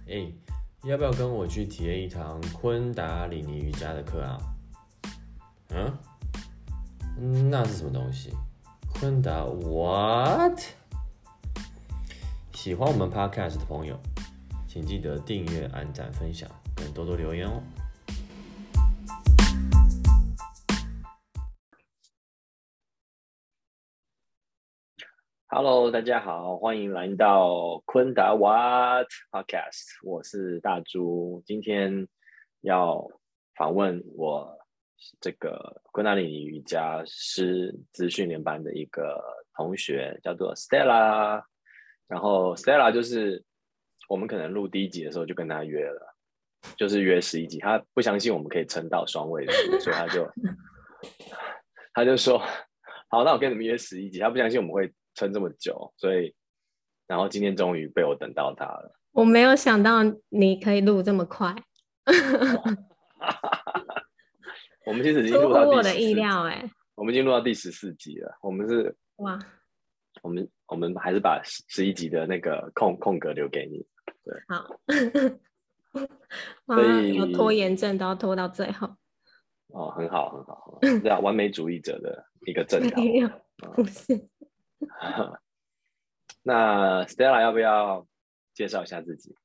哎，要不要跟我去体验一堂昆达里尼瑜伽的课啊？那是什么东西？昆达 what？喜欢我们 podcast 的朋友，请记得订阅、按赞、分享，跟多多留言哦。 Hello，大家好，欢迎来到昆达 What Podcast，我是大猪，今天要访问我这个昆达里尼瑜伽师资训练班的一个同学，叫做 Stella。然后 Stella 就是我们可能录第一集的时候就跟他约了，就是约11集，他不相信我们可以撑到双位数，所以他就说好，那我跟你们约11集，他不相信我们会撑这么久，所以然后今天终于被我等到他了。 我没有想到你可以录这么快， 我们其实已经出录到第乎我的意 14集， 料哎！ 我们已经录到第14集了。 哇， 我们还是把11集的那个空格留给你。对， 好， 所哇，有拖以延症都要拖到最后， 很好很好，这样完美主义者的一个没征讨。 有，不是那 Stella 要不要介绍一下自己？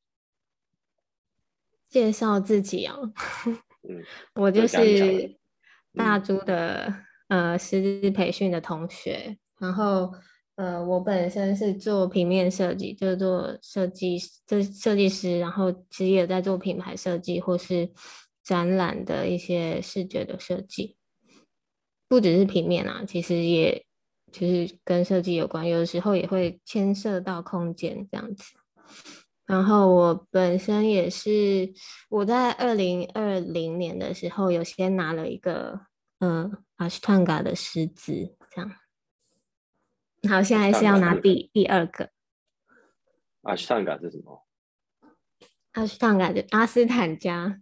介绍自己哦。 嗯， 我就就讲你想， 是大猪的师资培训的同学，然后我本身是做平面设计，就是做设计师，然后其实也在做品牌设计或是展览的一些视觉的设计，不只是平面啊，其实也就是跟设计有关，有的时候也会牵涉到空间这样子。然后我本身也是，我在2020年的时候有先拿了一个阿斯汤加的师资，这样。好，现在是要拿第二个阿斯汤加是什么？ 阿斯汤加的阿斯坦加，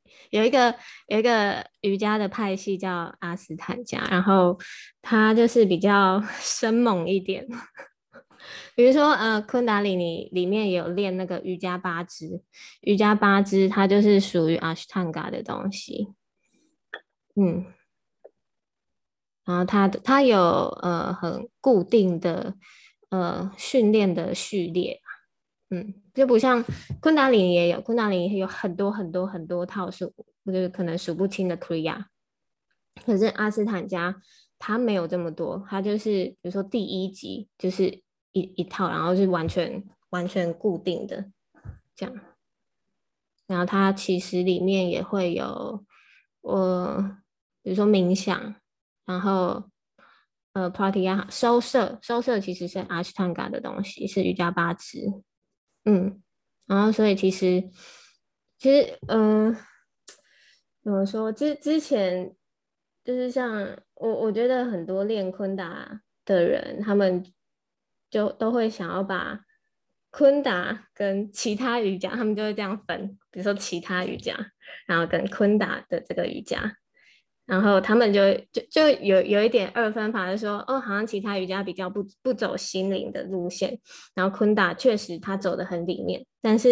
有一个瑜伽的派系叫阿斯坦加，然后它就是比较生猛一点。比如说，昆达里尼里面有练那个瑜伽八支，瑜伽八支它就是属于阿斯汤加的东西，嗯，然后它有很固定的训练的序列，就不像昆达里尼也有，昆达里尼有很多很多很多套数，就是可能数不清的 kriya，可是阿斯坦加它没有这么多，它就是比如说第一集就是一套，然后是完全固定的这样。然后它其实里面也会有比如说冥想，然后pratya 收摄其实是 ashtanga 的东西，是瑜伽八支，然后所以其实怎么说？之前就是像我觉得很多练昆达的人，他们就都会想要把昆达跟其他瑜伽，他们就会这样分，比如说其他瑜伽，然后跟昆达的这个瑜伽，然后他们就有一点二分法，就说哦，好像其他瑜伽比较不走心灵的路线，然后昆达确实他走的很里面，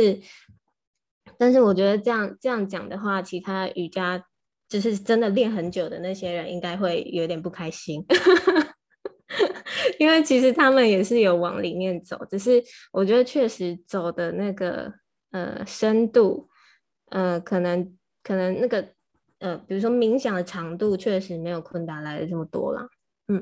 但是我觉得这样讲的话，其他瑜伽就是真的练很久的那些人，应该会有点不开心，因为其实他们也是有往里面走，只是我觉得确实走的那个深度，可能那个比如说冥想的长度，确实没有昆达来的这么多啦。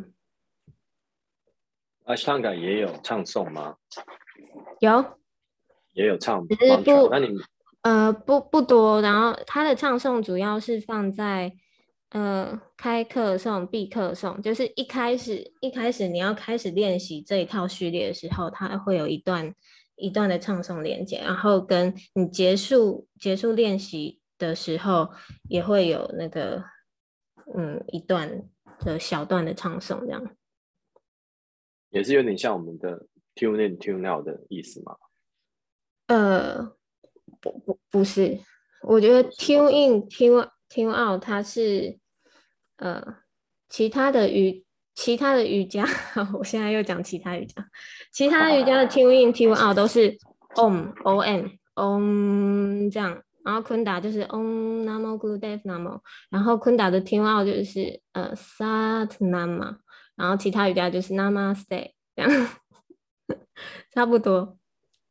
阿斯汤加也有唱诵吗？ 有， 也有唱只是 mantra。那你不多，然后它的唱诵主要是放在开课诵、闭课诵，就是一开始你要开始练习这一套序列的时候，它会有一段的唱诵连接，然后跟你结束练习的时候也会有那个一段的小段的唱诵这样。 也是有点像我们的 tune in tune out 的意思吗？ 呃，不是，我觉得 tune in tune out 它是呃其他的瑜伽，我现在又讲其他瑜伽，其他瑜伽的 tune in tune out 都是 om。 这样，然后昆达就是 Om Namo Gurudev Namo，然后昆达的天奥就是Sat Nama，然后其他瑜伽就是 Namaste， 这样差不多。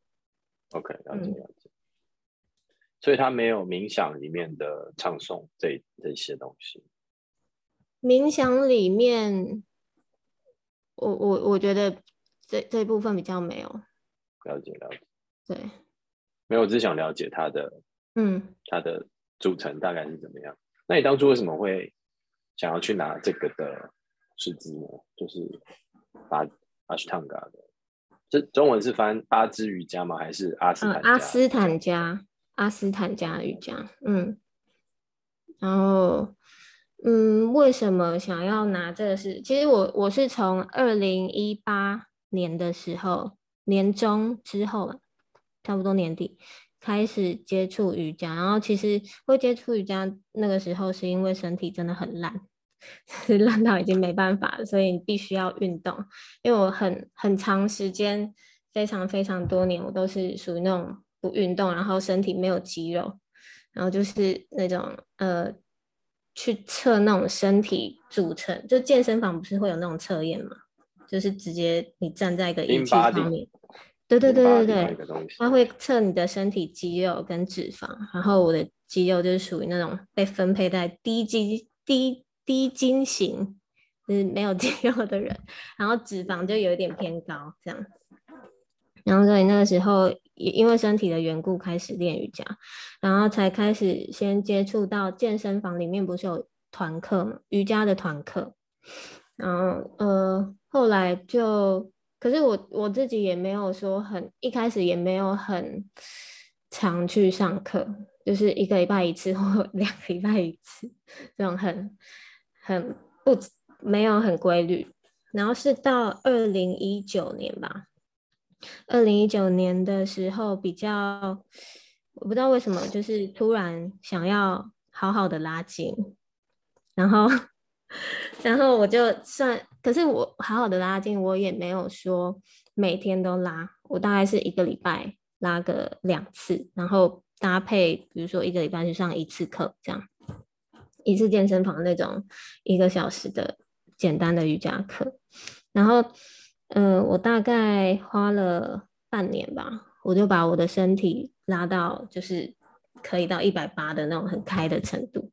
OK，了解了解。所以它没有冥想里面的唱诵这些东西。 冥想里面，我觉得这一部分比较没有。 了解了解。 对， 没有，我只是想了解它的组成大概是怎么样。那你当初为什么会想要去拿这个的师资呢？就是阿斯汤加的，这中文是翻八支瑜伽吗？还是阿斯坦加？ 阿斯坦加瑜伽，然后为什么想要拿这个是？其实我是从2018年的时候，年中之后吧，差不多年底开始接触瑜伽，然后其实会接触瑜伽那个时候是因为身体真的很烂，是烂到已经没办法了，所以你必须要运动。因为我很长时间，非常非常多年，我都是属于那种不运动，然后身体没有肌肉，然后就是那种去测那种身体组成，就健身房不是会有那种测验嘛，就是直接你站在一个仪器上面，对对对对对，它会测你的身体肌肉跟脂肪，然后我的肌肉就是属于那种被分配在低筋型，就是没有肌肉的人，然后脂肪就有一点偏高这样。然后所以那个时候也因为身体的缘故开始练瑜伽，然后才开始先接触到健身房里面不是有团课嘛，瑜伽的团课，然后后来就，可是我自己也没有说一开始也没有很常去上课，就是1个礼拜1次或2个礼拜1次，这种很不没有很规律，然后是到2019年吧。2019年的时候比较，我不知道为什么，就是突然想要好好的拉筋，然后然后我就可是我好好的拉筋，我也没有说每天都拉，我大概是1个礼拜拉个2次，然后搭配比如说1个礼拜去上1次课，这样一次健身房那种1个小时的简单的瑜伽课，然后我大概花了半年吧，我就把我的身体拉到就是可以到180的那种很开的程度。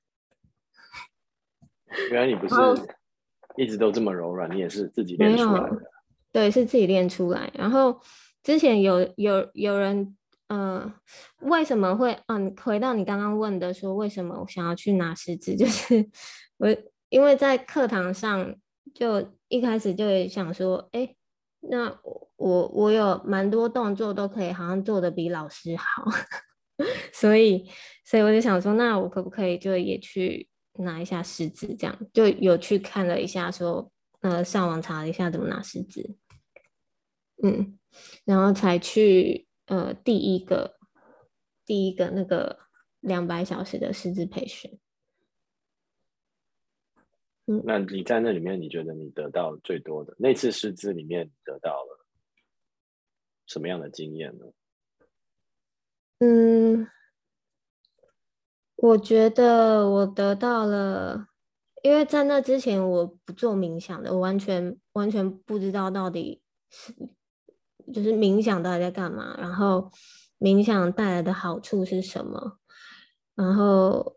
原来你不是一直都这么柔软，你也是自己练出来的。 对，是自己练出来。然后之前有人，为什么会，回到你刚刚问的说为什么我想要去拿师资，就是因为在课堂上就一开始就也想说，那我有蛮多动作都可以好像做的比老师好，所以我就想说，那我可不可以就也去拿一下师资，这样就有去看了一下说，上网查了一下怎么拿师资，然后才去第一个那个200小时的师资培训。 那你在那里面，你觉得你得到最多的那次师资里面得到了什么样的经验呢？ 我觉得我得到了，因为在那之前我不做冥想的，我完全不知道到底就是冥想到底在干嘛，然后冥想带来的好处是什么，然后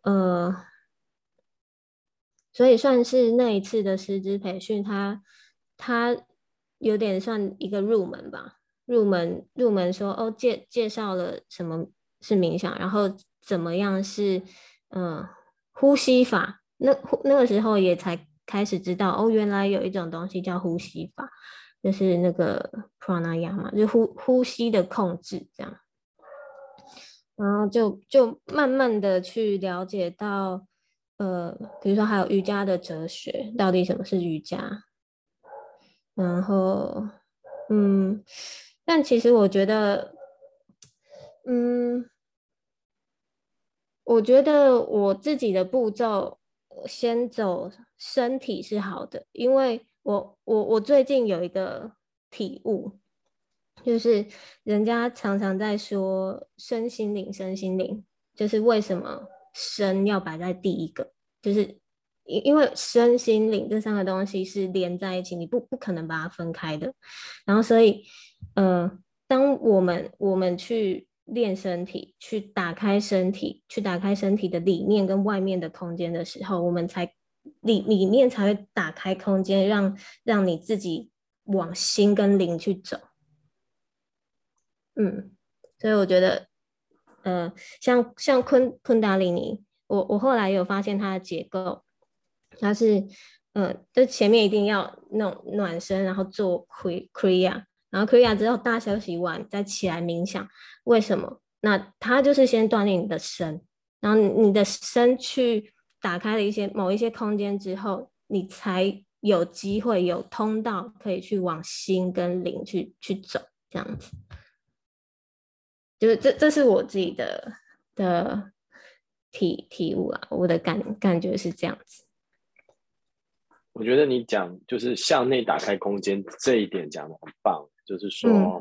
所以算是那一次的师资培训，它有点算一个入门吧，入门说介绍了什么是冥想，然后怎么样是呼吸法，那个时候也才开始知道原来有一种东西叫呼吸法，就是那个 pranayama，就呼吸的控制这样，然后就慢慢的去了解到。比如说还有瑜伽的哲学，到底什么是瑜伽？然后，但其实我觉得，我觉得我自己的步骤先走身体是好的，因为我最近有一个体悟， 就是人家常常在说身心灵，身心灵，就是为什么身要摆在第一个，就是因为身心灵这三个东西是连在一起，你不可能把它分开的。然后所以当我们去练身体，去打开身体，去打开身体的里面跟外面的空间的时候，我们才里面才会打开空间，让你自己往心跟灵去走。所以我觉得，像昆达里尼，我后来有发现它的结构，它是，就前面一定要那种暖身，然后做 kriya，然后 kriya 之后大休息完再起来冥想。为什么？那它就是先锻炼你的身，然后你的身去打开了某一些空间之后，你才有机会有通道可以去往心跟灵去走，这样子。就是这是我自己的体悟啊，我的感觉是这样子。 我觉得你讲就是向内打开空间这一点讲的很棒，就是说，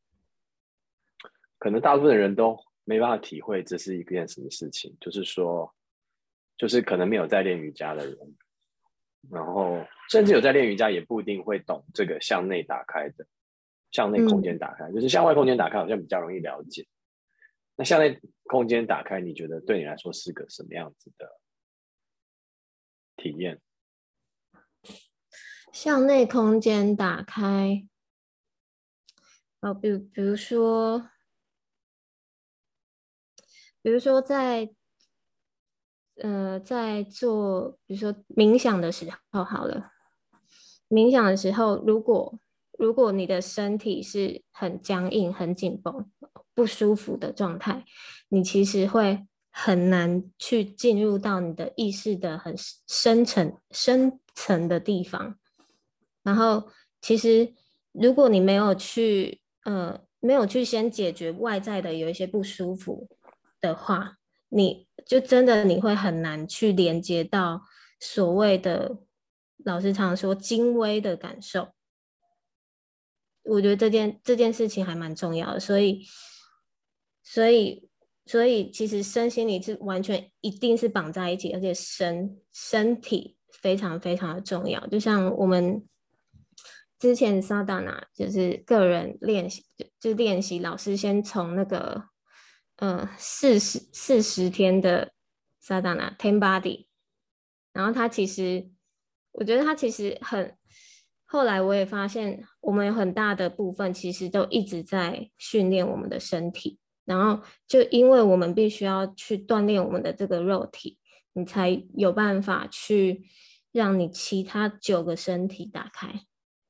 可能大部分的人都没办法体会这是一件什么事情，就是说，就是可能没有在练瑜伽的人，然后甚至有在练瑜伽也不一定会懂这个向内打开的，向内空间打开，就是向外空间打开好像比较容易了解。那向内空间打开，你觉得对你来说是个什么样子的体验？ 向内空间打开，比如说在做，比如说冥想的时候好了，冥想的时候，如果你的身体是很僵硬、很紧绷、不舒服的状态，你其实会很难去进入到你的意识的很深层的地方。然后，其实如果你没有去先解决外在的有一些不舒服的话，你就真的你会很难去连接到所谓的老师常说精微的感受。我觉得这件事情还蛮重要的，所以其实身心灵是完全一定是绑在一起，而且身体非常非常的重要。就像我们之前萨达纳就是个人练习，就练习老师先从那个40天的萨达纳 Ten Body， 然后我觉得他其实后来我也发现，我们有很大的部分其实都一直在训练我们的身体，然后就因为我们必须要去锻炼我们的这个肉体，你才有办法去让你其他9个身体打开。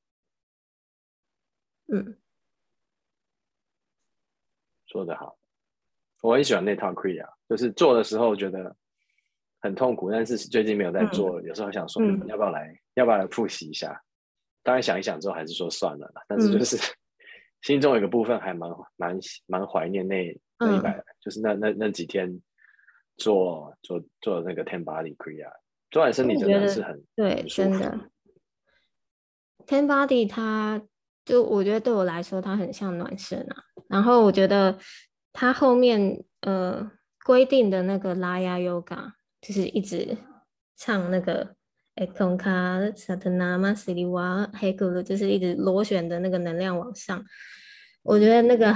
说得好，我很喜欢那套 Kriya， 就是做的时候觉得很痛苦，但是最近没有在做，有时候想说，要不要来复习一下？当然想一想之后还是说算了啦，但是就是心中有一个部分还蛮怀念那100，就是那几天做那个 Ten Body Kriya， 做完身体真的是很舒服。 真的 Ten Body 我觉得对我来说它很像暖身啊，然后我觉得它后面规定的那个拉雅 Yoga 就是一直唱那个 Ekonka Satanama Siliwa Hegulu， 就是一直螺旋的那个能量往上，我觉得那个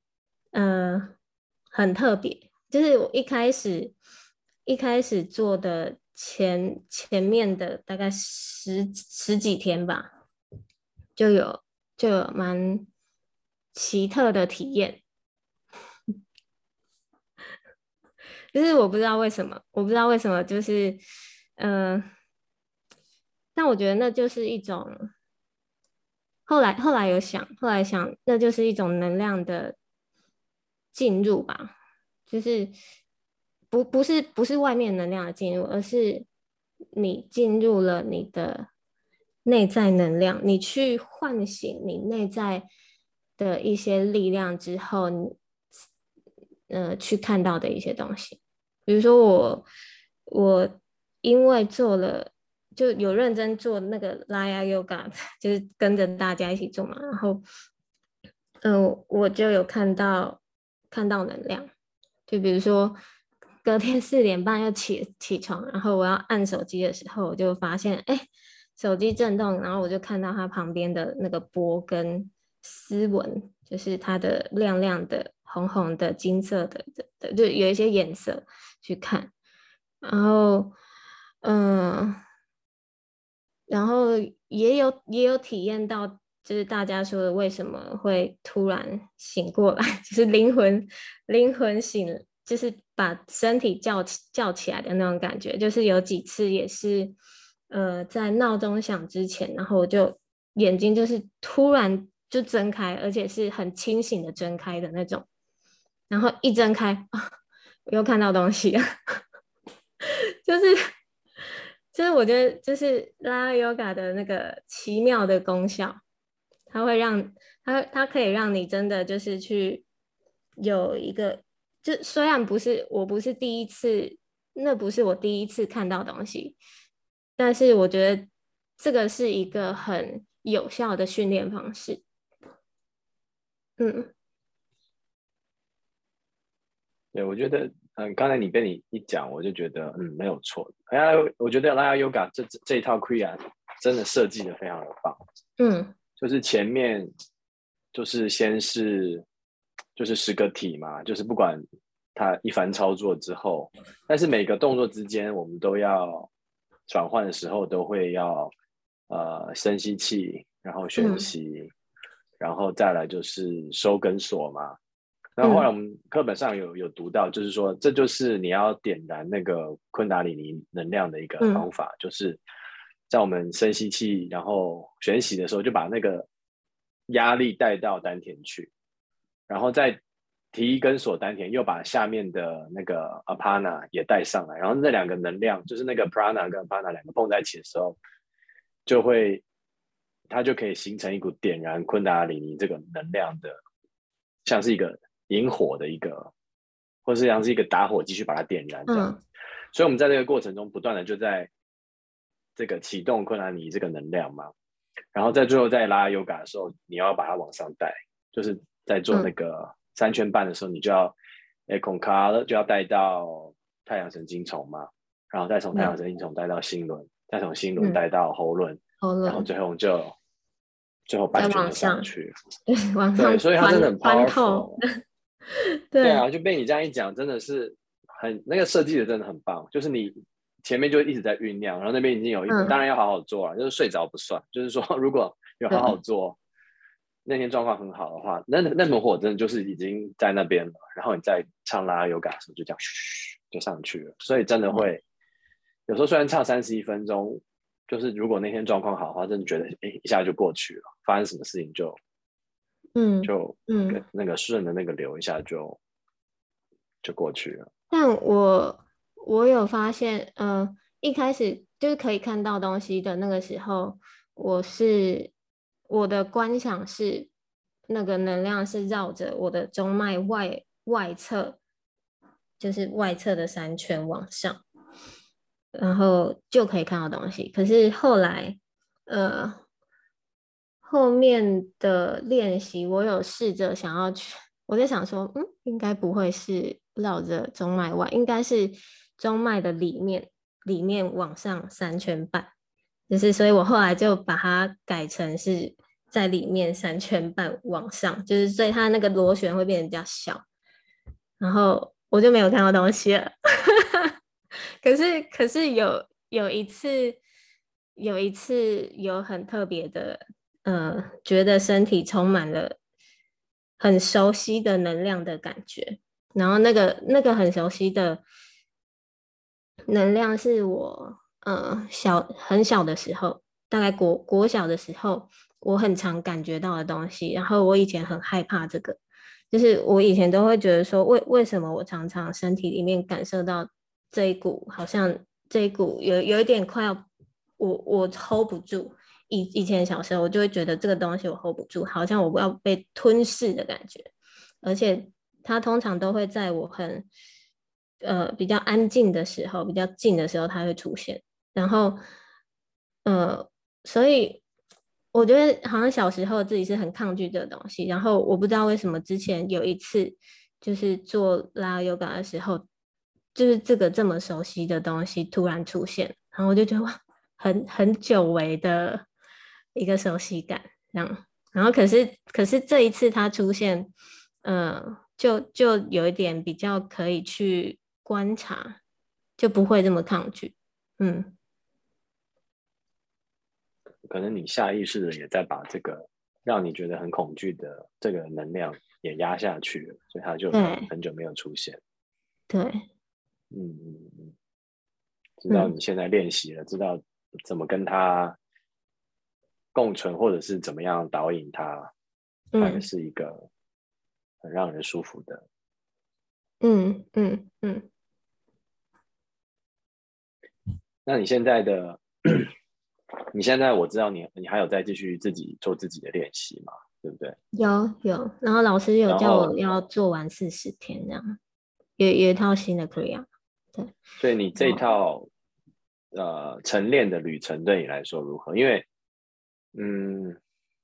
很特别，就是我一开始做的前面的大概十几天吧，就有蛮奇特的体验，就是我不知道为什么，就是但我觉得那就是一种后来想，那就是一种能量的进入吧，就是不是外面能量的进入，而是你进入了你的内在能量，你去唤醒你内在的一些力量之后，去看到的一些东西。比如说我因为就有认真做那个拉雅 yoga，就是跟着大家一起做嘛，然后我就有看到能量，就比如说隔天4点半要起床，然后我要按手机的时候，我就发现手机震动，然后我就看到它旁边的那个波跟丝纹，就是它的亮亮的、红红的、金色的，就有一些颜色去看，然后嗯。然后也有体验到，就是大家说的为什么会突然醒过来，就是灵魂醒，就是把身体叫起来的那种感觉。就是有几次也是，在闹钟响之前，然后我就眼睛就是突然就睁开，而且是很清醒的睁开的那种。然后一睁开，我又看到东西了，就是就是我觉得就是拉 yoga 的那个奇妙的功效，它会让它可以让你真的就是去有一个，就虽然我不是第一次，那不是我第一次看到东西，但是我觉得这个是一个很有效的训练方式。嗯对，我觉得，刚才你被你一讲，我就觉得，没有错。我觉得拉雅 Yoga 这一套 Kriya 真的设计的非常的棒。 嗯就是前面就是先是就是10个体嘛，就是不管它一番操作之后，但是每个动作之间我们都要转换的时候都会要深吸气，然后旋嗯息，然后再来就是收跟锁嘛。然后后来我嗯们课本上有读到，就是说这就是你要点燃那个昆达里尼能量的一个方嗯法，就是在我们深吸气，然后旋息的时候，就把那个压力带到丹田去，然后再提一根锁丹田，又把下面的那个 apana 也带上来，然后那两个能量，就是那个 prana 跟 apana 两个碰在一起的时候，就会它就可以形成一股点燃昆达里尼这个能量的，像是一个引火的一个，或是像是一个打火机去把它点燃这样。 嗯所以我们在这个过程中不断的就在这个启动昆达里尼这个能量嘛，然后在最后在拉 yoga 的时候，你要把它往上带，就是在做那嗯个3圈半的时候，你就要孔卡就要带到太阳神经丛嘛，然后再从太阳嗯神经丛带到心轮，再从心轮嗯， 带到喉轮，然后喉咙最后再半圈就上往上， 去。 对，往对， 上所以它真的很穿透， powerful。对对， 啊，就被你这样一讲，真的是那个设计的真的很棒。就是你前面就一直在酝酿，然后那边已经有当嗯然要好好做了，就是睡着不算。就是说，如果有好好对。 做，那天状况很好的话，那门火真的就是已经在那边了。然后你再唱拉优嘎的时候，就这样嘘就上去了。所以真的会有时候虽然唱31分钟，就是如果那天状况好的话，真的觉得一下就过去了，发生什么事情嗯就嗯， 跟那个顺的那个流一下就过去了。 但我有发现，一开始就是可以看到东西的那个时候，我的观想是那个能量是绕着我的中脉外侧，就是外侧的3圈往上，然后就可以看到东西。可是后来，呃，后面的练习，我有试着想要去，我在想说，应该不会是绕着中脉外，应该是中脉的里面往上3圈半，就是所以我后来就把它改成是在里面3圈半往上，就是所以它那个螺旋会变得比较小，然后我就没有看到东西了。可是有一次有很特别的，觉得身体充满了很熟悉的能量的感觉，然后那个很熟悉的能量是我很小的时候，大概国小的时候，我很常感觉到的东西。然后我以前很害怕这个，就是我以前都会觉得说，为什么我常常身体里面感受到这一股，好像这一股有一点快要我 hold 不住。以前小时候我就会觉得这个东西我 hold 不住，好像我要被吞噬的感觉，而且它通常都会在我比较安静的时候，比较静的时候它会出现，然后呃，所以我觉得好像小时候自己是很抗拒这个东西，然后我不知道为什么之前有一次就是做拉 yoga 的时候，就是这个这么熟悉的东西突然出现，然后我就觉得哇，很久违的一个熟悉感，这样。然后可是这一次它出现，就有一点比较可以去观察，就不会这么抗拒，嗯。 可能你下意识的也在把这个让你觉得很恐惧的这个能量也压下去了，所以它就对很久没有出现。 对， 嗯嗯嗯，知道嗯你现在练习了，知道怎么跟它共存，或者是怎么样导引它，反而嗯是一个很让人舒服的。 嗯嗯嗯。 那你现在的，你现在我知道你还有在继续自己做自己的练习嘛，对不对？ 有，然后老师有叫我然后， 要做完40天这样，有一套新的 Kriya，对， 所以你这一哦， 套晨练的旅程对你来说如何？因为，嗯，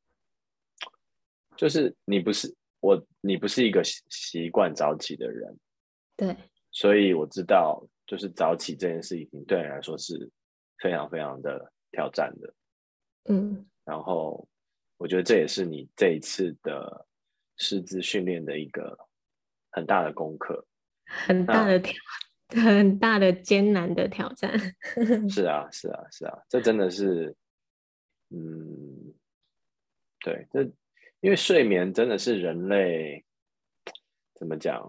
就是你不是一个习惯早起的人， 对， 所以我知道，就是早起这件事情对你来说是非常非常的挑战的。 嗯， 然后我觉得这也是你这一次的师资训练的一个很大的功课。那很大的艰难的挑战， 是啊，是啊，是啊，这真的是，嗯，对，因为睡眠真的是人类怎么讲，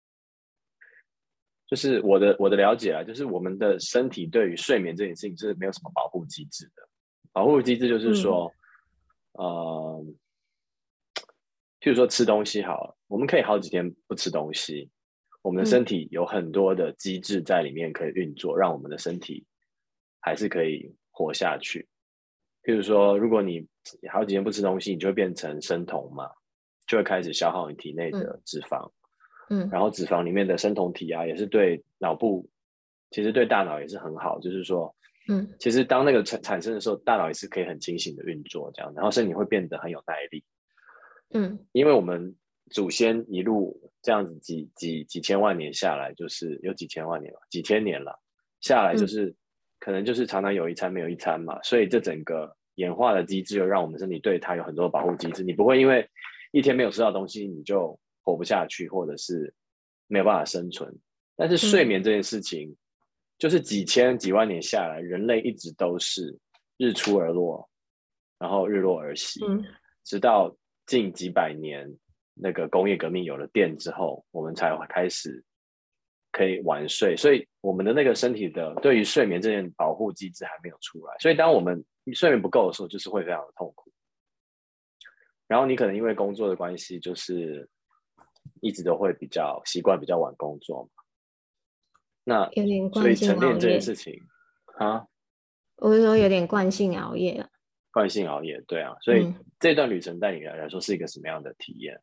就是我的了解啊，就是我们的身体对于睡眠这件事情是没有什么保护机制的。保护机制就是嗯说，呃，譬如说吃东西好了，我们可以好几天不吃东西，我们的身嗯体有很多的机制在里面可以运作，让我们的身体还是可以活下去。譬如说，如果你好几天不吃东西，你就会变成生酮嘛，就会开始消耗你体内嗯的脂肪，然嗯后脂肪里面的生酮体啊，也是对脑部，其实对大脑也是很好。就是说， 嗯其实当那个产生的时候，大脑也是可以很清醒的运作，这样，然后身体会变得很有耐力。 嗯因为我们祖先一路这样子几千万年下来，就是有几千万年了，几千年了下来，就嗯是可能就是常常有一餐没有一餐嘛，所以这整个演化的机制又让我们身体对它有很多保护机制，你不会因为一天没有吃到东西你就活不下去，或者是没有办法生存。但是睡嗯眠这件事情，就是几千几万年下来，人类一直都是日出而落，然后日落而息， 嗯直到近几百年那个工业革命有了电之后，我们才开始可以晚睡，所以我们的那个身体的对于睡眠这件保护机制还没有出来，所以当我们睡眠不够的时候，就是会非常的痛苦。然后你可能因为工作的关系，就是一直都会比较习惯比较晚工作嘛，那有点所以惯性晨练这件熬夜， 事情啊， 我是说有点惯性熬夜了， 惯性熬夜，对啊，所以嗯。 这段旅程对你来说是一个什么样的体验？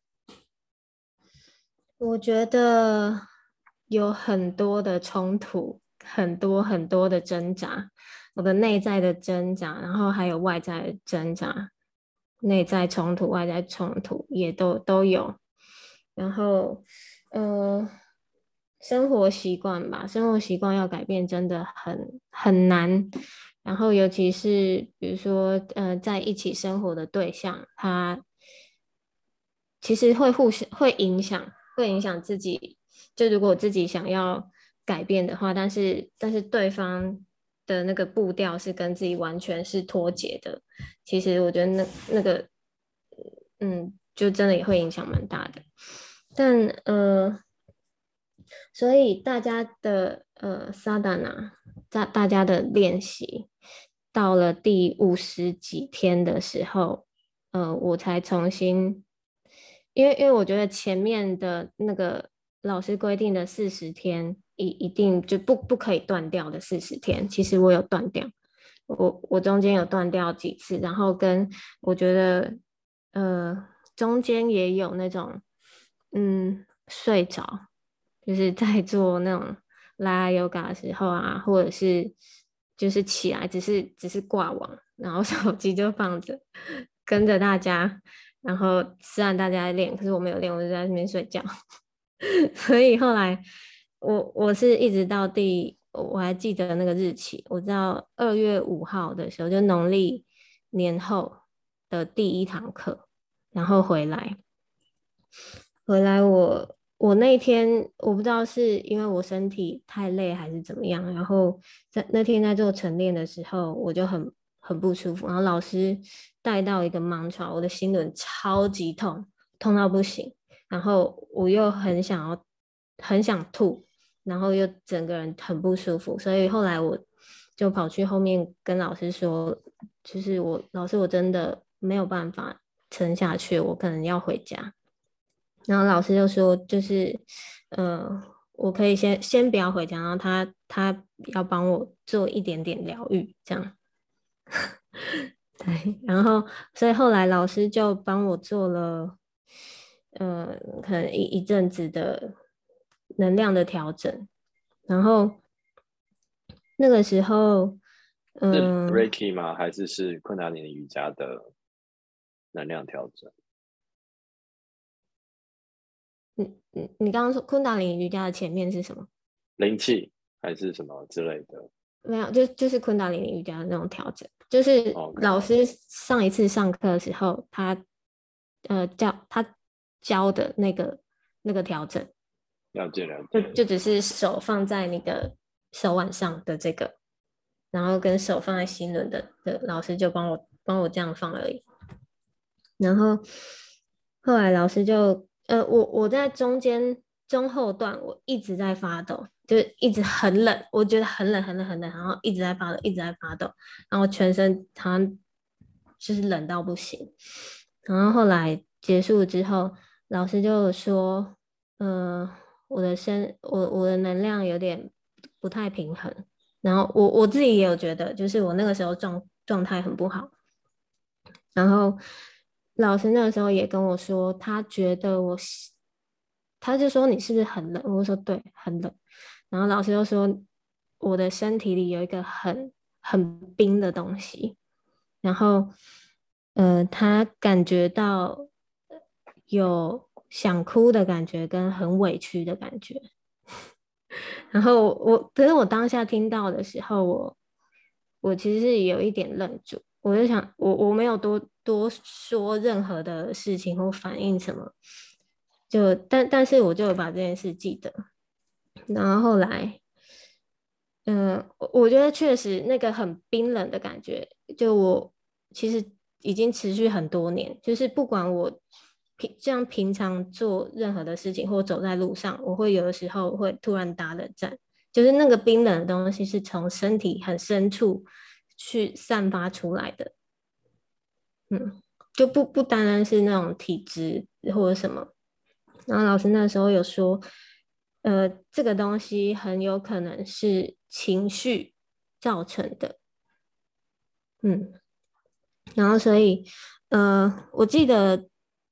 我觉得有很多的冲突，很多的挣扎，我的内在的挣扎，然后还有外在的挣扎，内在冲突、外在冲突也都有。然后，呃，生活习惯吧，生活习惯要改变真的很难。然后，尤其是比如说，在一起生活的对象，他其实会互相会影响自己。就如果我自己想要改变的话，但是对方的那个步调是跟自己完全是脱节的，其实我觉得那个就真的也会影响蛮大的。但所以大家的sadhana，大家的练习到了第50几天的时候，我才重新，因为我觉得前面的那个老师规定的40天，一定就不可以断掉的40天，其实我有断掉，我中间有断掉几次，然后跟我觉得中间也有那种睡着。就是在做那种拉 yoga 的时候啊，或者是就是起来只是挂网， 然后手机就放着，跟着大家，然后虽然大家在练，可是我没有练，我就在那边睡觉。所以后来我是一直到我还记得那个日期，我知道2月5号的时候，就农历年后的第一堂课，然后回来我那天我不知道是因为我身体太累还是怎么样，然后在那天在做晨练的时候，我就很不舒服，然后老师带到一个盲床，我的心轮超级痛，痛到不行，然后我又很想吐，然后又整个人很不舒服，所以后来我就跑去后面跟老师说，就是老师我真的没有办法撑下去，我可能要回家。然后老师就说，就是我可以先不要回家，然后他要帮我做一点点疗愈，这样。对，然后所以后来老师就帮我做了，可能一阵子的能量的调整，然后那个时候， 是 Reiki 吗？还是昆达里尼瑜伽的能量调整？ 你刚刚说昆达里尼瑜伽的前面是什么？ 灵气还是什么之类的？ 没有，就是昆达里尼瑜伽的那种调整，就是老师上一次上课的时候，他教的那个调整， 了解。 就只是手放在你的手腕上的这个，然后跟手放在心轮的老师就帮我这样放而已。然后后来老师就我在中后段我一直在发抖，就是一直很冷，我觉得很冷，然后一直在发抖，然后全身好像就是冷到不行。然后后来结束之后，老师就说，我的能量有点不太平衡，然后我自己也有觉得，就是我那个时候状态很不好。然后老师那个时候也跟我说，他觉得他就说你是不是很冷？我说对，很冷。然后老师就说我的身体里有一个很冰的东西，然后他感觉到有想哭的感觉跟很委屈的感觉。然后可是我当下听到的时候，我其实是有一点愣住，我就想，我没有多说任何的事情或反应什么，但是我就把这件事记得。然后后来，我觉得确实那个很冰冷的感觉，就我其实已经持续很多年，就是不管我平常做任何的事情或走在路上，我会有的时候会突然打冷战，就是那个冰冷的东西是从身体很深处去散发出来的，就不单单是那种体质或者什么。然后老师那时候有说，这个东西很有可能是情绪造成的，然后所以，我记得，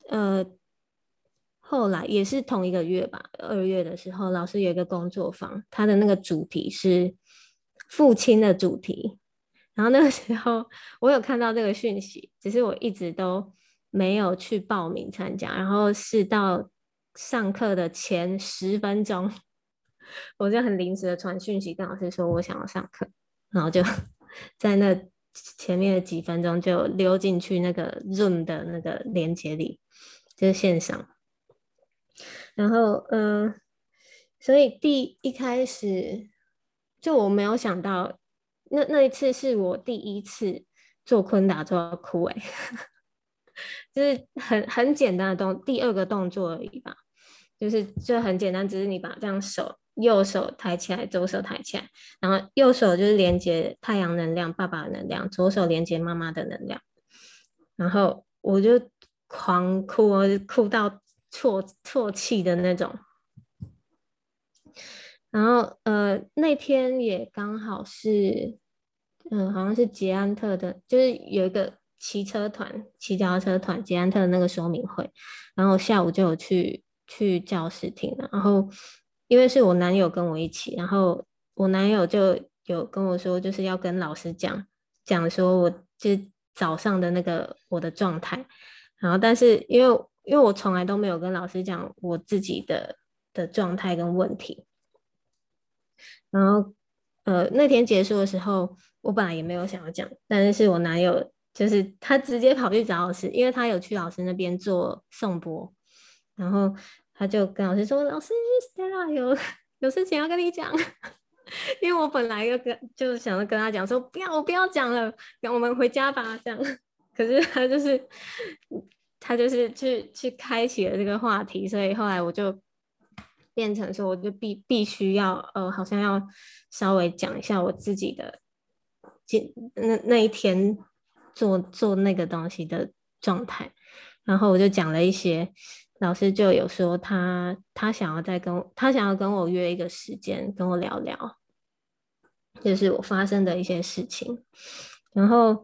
后来也是同一个月吧，2月的时候，老师有一个工作坊，他的那个主题是父亲的主题。然后那个时候我有看到这个讯息，只是我一直都没有去报名参加。然后是到上课的前10分钟，我就很临时的传讯息跟老师说我想要上课，然后就在那前面的几分钟就溜进去那个 Zoom 的那个连接里，就是线上。然后所以一开始就我没有想到，那一次是我第一次做昆达做到哭就是很简单的第二个动作而已吧，就很简单，只是你把这样右手抬起来，左手抬起来，然后右手就是连接太阳能量、爸爸的能量，左手连接妈妈的能量，然后我就狂哭，哭到啜泣的那种。然后那天也刚好是，好像是捷安特的，就是有一个骑脚踏车团捷安特的那个说明会，然后下午就有去教室听了，然后因为是我男友跟我一起，然后我男友就有跟我说，就是要跟老师讲说就是早上的那个我的状态。然后但是因为我从来都没有跟老师讲我自己的状态跟问题，然后那天结束的时候，我本来也没有想要讲，但是我男友就是他直接跑去找老师，因为他有去老师那边做颂钵，然后他就跟老师说：“老师 Stella 有事情要跟你讲。”因为我本来就是想要跟他讲说不要，我不要讲了，让我们回家吧，这样。可是他就是去开启了这个话题，所以后来我就变成说，我就必须要好像要稍微讲一下我自己的那一天做那个东西的状态，然后我就讲了一些。老师就有说他想要跟我约一个时间跟我聊聊，就是我发生的一些事情。然后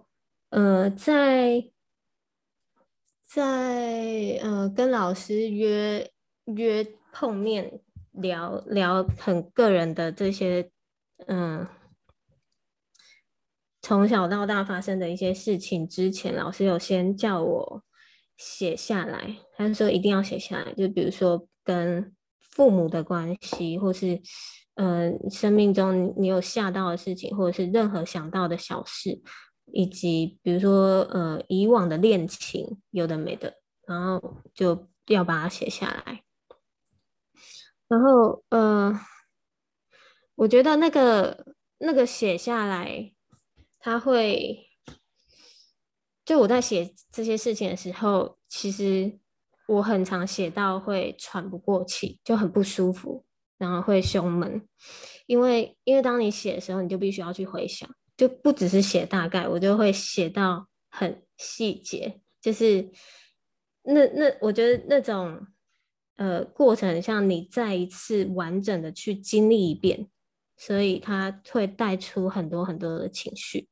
在跟老师约碰面聊聊很个人的这些从小到大发生的一些事情之前，老师有先叫我写下来，他说一定要写下来，就比如说跟父母的关系，或是生命中你有吓到的事情，或者是任何想到的小事，以及比如说以往的恋情有的没的，然后就要把它写下来。然后我觉得那个写下来，他会就我在写这些事情的时候，其实我很常写到会喘不过气，就很不舒服，然后会胸闷，因为当你写的时候，你就必须要去回想，就不只是写大概，我就会写到很细节，就是我觉得那种过程很像你再一次完整的去经历一遍，所以它会带出很多很多的情绪。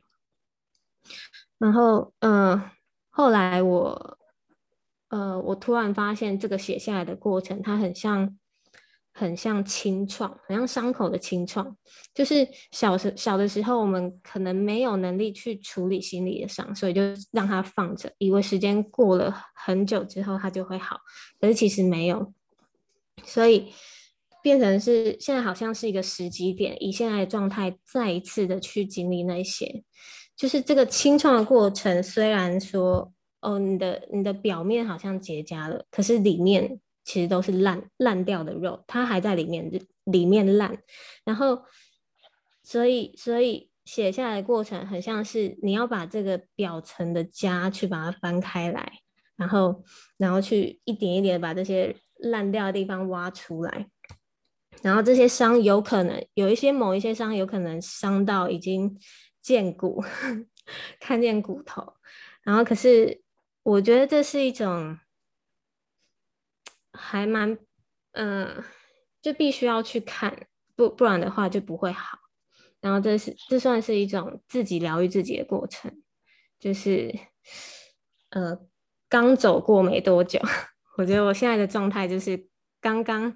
然后后来我突然发现这个写下来的过程，它很像清创，很像伤口的清创。就是小的时候，我们可能没有能力去处理心理的伤，所以就让它放着，以为时间过了很久之后它就会好，可是其实没有。所以变成是现在好像是一个时机点，以现在的状态再一次的去经历那些，就是这个清创的过程。虽然说哦，你的表面好像结痂了，可是里面其实都是烂掉的肉，它还在里面烂。然后所以写下来的过程很像是你要把这个表层的痂去把它翻开来，然后去一点一点把这些烂掉的地方挖出来。然后这些伤有可能某一些伤有可能伤到已经见骨，看见骨头。然后可是我觉得这是一种还蛮就必须要去看，不然的话就不会好。然后这算是一种自己疗愈自己的过程，就是刚走过没多久。我觉得我现在的状态就是刚刚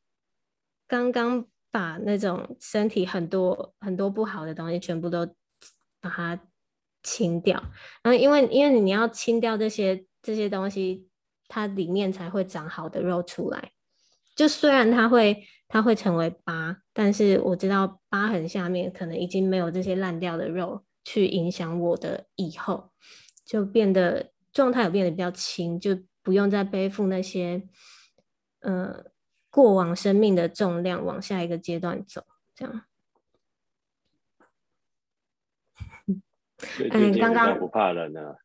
把那种身体很多很多不好的东西全部都把它清掉。然后因为你要清掉这些东西，它里面才会长好的肉出来。就虽然它会成为疤，但是我知道疤痕下面可能已经没有这些烂掉的肉去影响我的以后，就状态有变得比较轻，就不用再背负那些过往生命的重量往下一个阶段走，这样。 所以最近比较不怕冷了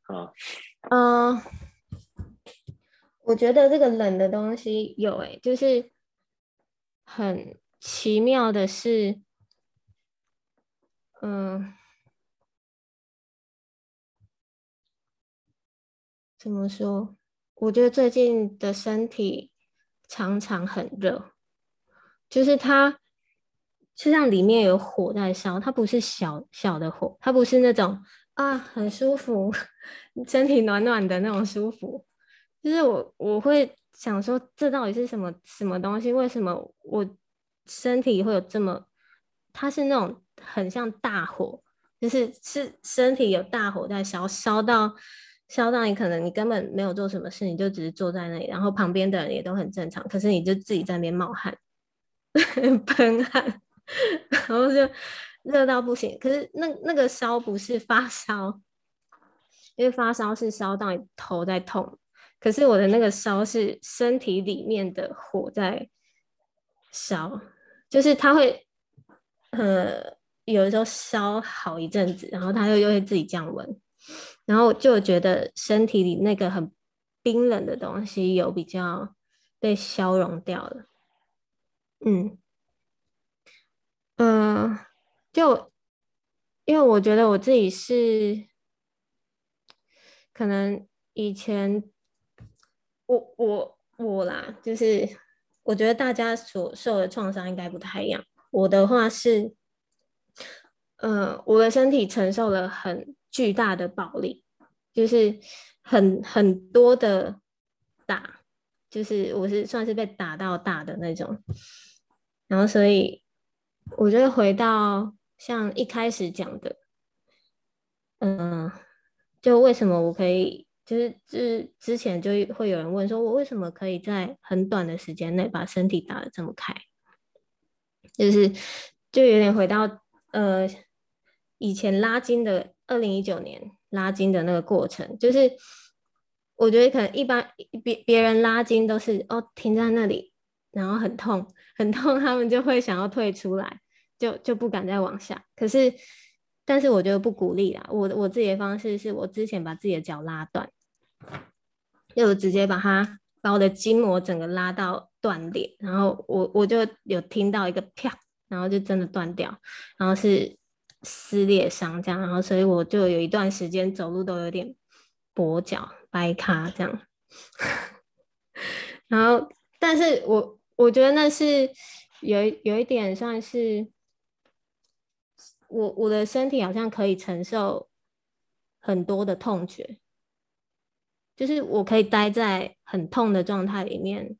我觉得这个冷的东西有就是很奇妙的是，怎么说？我觉得最近的身体常常很热，就是它就像里面有火在烧，它不是小小的火，它不是那种很舒服，身体暖暖的那种舒服。就是我会想说，这到底是什么东西？为什么我身体会有这么？它是那种很像大火， 是身体有大火在烧，烧到你可能你根本没有做什么事，你就只是坐在那里，然后旁边的人也都很正常，可是你就自己在那边冒汗喷汗，然后就热到不行。可是那个烧不是发烧，因为发烧是烧到你头在痛，可是我的那个烧是身体里面的火在烧，就是它会有的时候烧好一阵子，然后它又会自己降温，然后就觉得身体里那个很冰冷的东西有比较被消融掉了。嗯就因为我觉得我自己是可能以前我啦，就是我觉得大家所受的创伤应该不太一样。我的话是，我的身体承受了很巨大的暴力，就是很多的打，就是我是算是被打到大的那种。然后所以我觉得回到像一开始讲的，就为什么我可以，就是之前就会有人问说，我为什么可以在很短的时间内把身体打得这么开？就是就有点回到以前拉筋的2019年拉筋的那个过程，就是我觉得可能一般别人拉筋都是停在那里，然后很痛很痛，他们就会想要退出来，就不敢再往下。可是但是我觉得不鼓励啦，我自己的方式是我之前把自己的脚拉断，就直接把我的筋膜整个拉到断裂，然后我就有听到一个啪，然后就真的断掉，然后是撕裂伤这样，然后所以我就有一段时间走路都有点跛脚掰咖这样，然后但是我觉得那是有一点算是我的身体好像可以承受很多的痛觉，就是我可以待在很痛的状态里面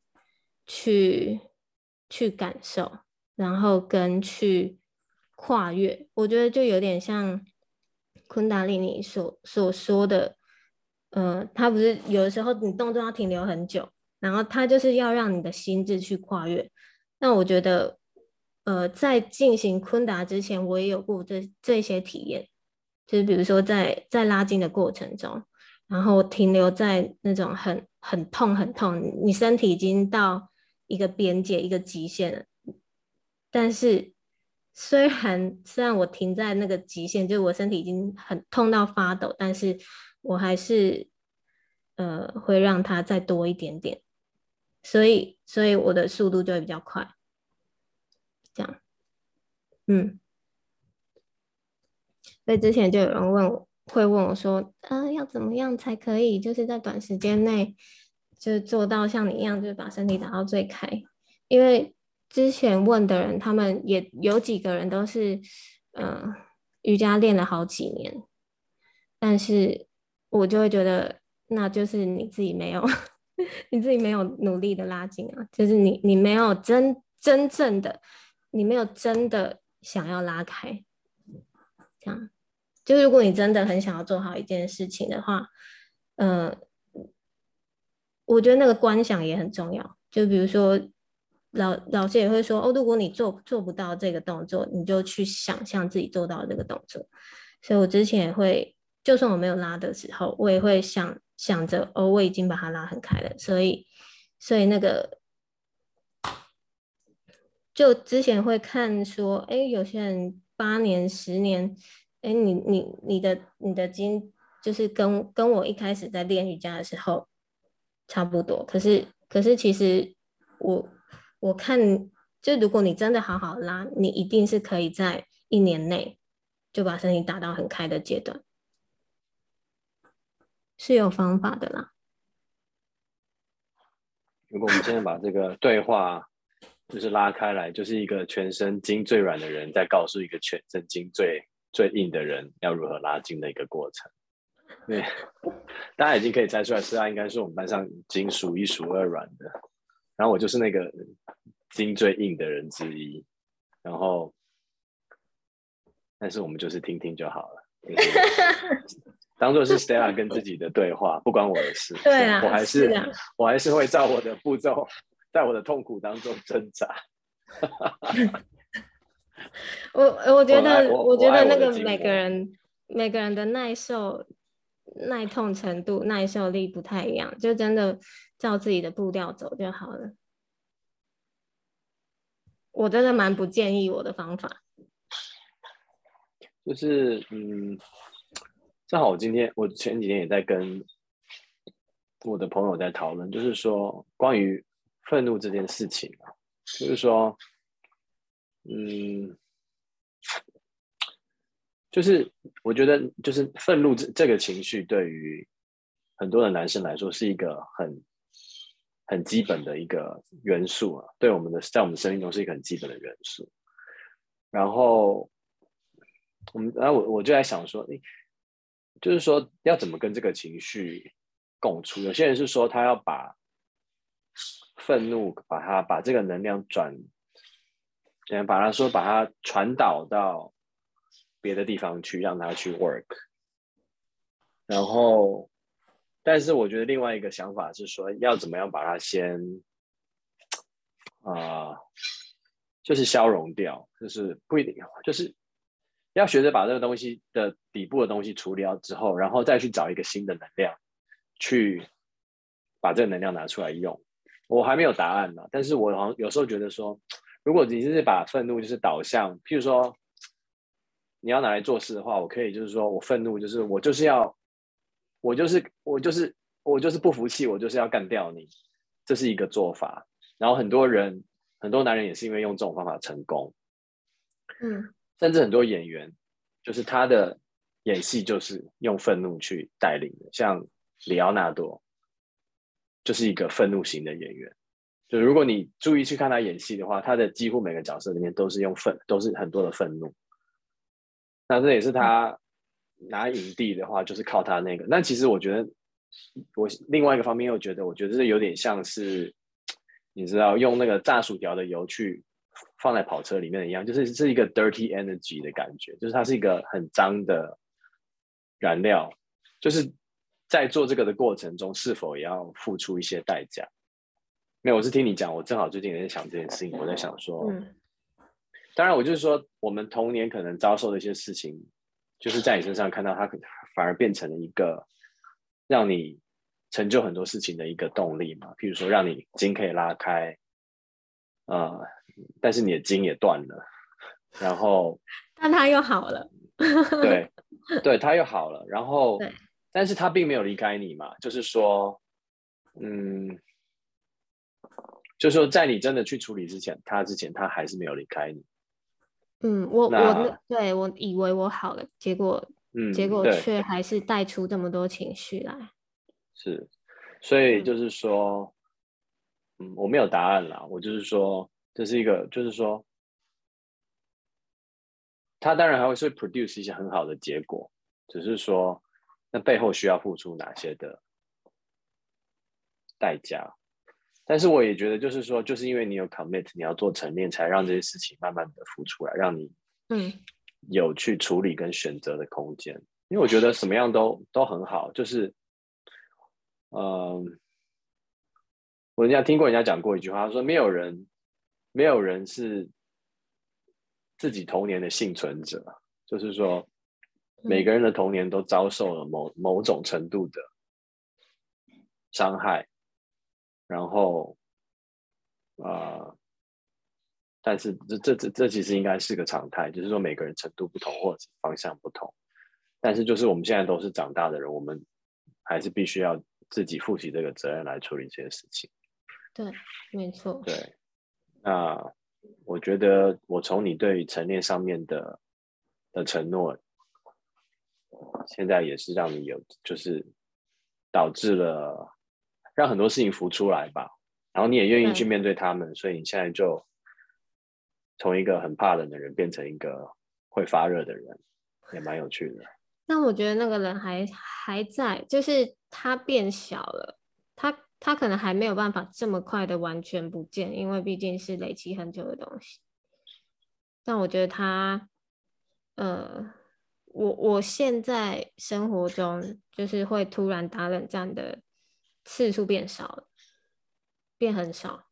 去感受，然后跟去跨越。我觉得就有点像昆达里尼所说的，他不是有的时候你动作要停留很久，然后他就是要让你的心智去跨越。那我觉得，在进行昆达之前，我也有过这些体验，就是比如说在拉筋的过程中。然后停留在那种很痛很痛，你身体已经到一个边界一个极限了，但是虽然我停在那个极限，就是我身体已经很痛到发抖，但是我还是会让它再多一点点，所以我的速度就会比较快，这样，嗯。所以之前就有人会问我说，要怎么样才可以，就是在短时间内就做到像你一样，就是把身体打到最开？因为之前问的人，他们也有几个人都是，呃，瑜伽练了好几年，但是我就会觉得，那就是你自己没有，你自己没有努力的拉筋啊，就是你没有真正的，你没有真的想要拉开，这样。就是如果你真的很想要做好一件事情的话，呃，我觉得那个观想也很重要。就比如说老师也会说，如果你做不到这个动作，你就去想象自己做到这个动作。所以我之前也会，就算我没有拉的时候，我也会想着，我已经把它拉很开了。所以那个就之前会看说，有些人8年、10年，你的筋就是跟我一开始在练瑜伽的时候差不多。可是其实我看，就如果你真的好好拉，你一定是可以在1年内就把身体打到很开的阶段，是有方法的啦。 如果我们现在把这个对话就是拉开来，就是一个全身筋最软的人在告诉一个全身筋最硬的人要如何拉筋的一个过程。对，大家已经可以猜出来，是他应该是我们班上筋数1数2软的，然后我就是那个筋最硬的人之一。然后但是我们就是听听就好了，就是当做是 Stella 跟自己的对话，不关我的事。 对啊， 我还是会照我的步骤，在我的痛苦当中挣扎。 我觉得，我觉得那个每个人的耐痛程度、耐受力不太一样，就真的照自己的步调走就好了。我真的蛮不建议我的方法。 就是正好我前几天也在跟我的朋友在讨论，就是说关于愤怒这件事情啊，就是说，就是我觉得就是愤怒这个情绪对于很多的男生来说是一个很基本的一个元素啊，在我们生命中是一个很基本的元素。然后我就在想说，就是说要怎么跟这个情绪共处？有些人是说他要把愤怒把这个能量把它传导到别的地方去，让它去 work。然后，但是我觉得另外一个想法是说，要怎么样把它先就是消融掉，就是不一定，就是要学着把这个东西的底部的东西处理掉之后，然后再去找一个新的能量，去把这个能量拿出来用。我还没有答案呢，但是我好像有时候觉得说，如果你是把愤怒就是导向，譬如说你要拿来做事的话，我可以就是说我愤怒就是我就是不服气，我就是要干掉你，这是一个做法。然后很多男人也是因为用这种方法成功，甚至很多演员就是他的演戏就是用愤怒去带领的，像里奥纳多就是一个愤怒型的演员。就如果你注意去看他演戏的话，他的几乎每个角色里面都是都是很多的愤怒。那这也是他拿影帝的话，就是靠他那个。那其实我觉得，我另外一个方面又觉得，我觉得这有点像是，你知道，用那个炸薯条的油去放在跑车里面一样，就是是一个 dirty energy 的感觉，就是它是一个很脏的燃料，就是在做这个的过程中，是否也要付出一些代价？没有，我是听你讲，我正好最近也在想这件事情，我在想说，当然我就是说，我们童年可能遭受的一些事情，就是在你身上看到它，反而变成了一个让你成就很多事情的一个动力嘛。譬如说，让你筋可以拉开，但是你的筋也断了，然后， 但它又好了。 对，它又好了，然后，但是它并没有离开你嘛，就是说，就是说，在你真的去处理之前，他还是没有离开你。 我以为我好了，结果却还是带出这么多情绪来。 是，所以就是说，我没有答案啦。我就是说，这是一个，就是说，他当然还会是 produce 一些很好的结果，只是说，那背后需要付出哪些的代价。但是我也觉得，就是说，就是因为你有 commit，你要做沉淀，才让这些事情慢慢的浮出来，让你有去处理跟选择的空间。因为我觉得什么样都很好，就是我听过人家讲过一句话，他说没有人是自己童年的幸存者，就是说每个人的童年都遭受了某种程度的伤害。然后，但是这其实应该是个常态，就是说每个人程度不同或者方向不同，但是就是我们现在都是长大的人，我们还是必须要自己负起这个责任来处理这些事情。 对，没错。 对，那我觉得我从你对于晨练上面的承诺，现在也是让你就是导致了让很多事情浮出来吧，然后你也愿意去面对他们，所以你现在就从一个很怕冷的人变成一个会发热的人，也蛮有趣的。 但我觉得那个人还在，就是他变小了，他可能还没有办法这么快的完全不见，因为毕竟是累积很久的东西。但我觉得他我现在生活中就是会突然打冷战的次数变少了，变很少，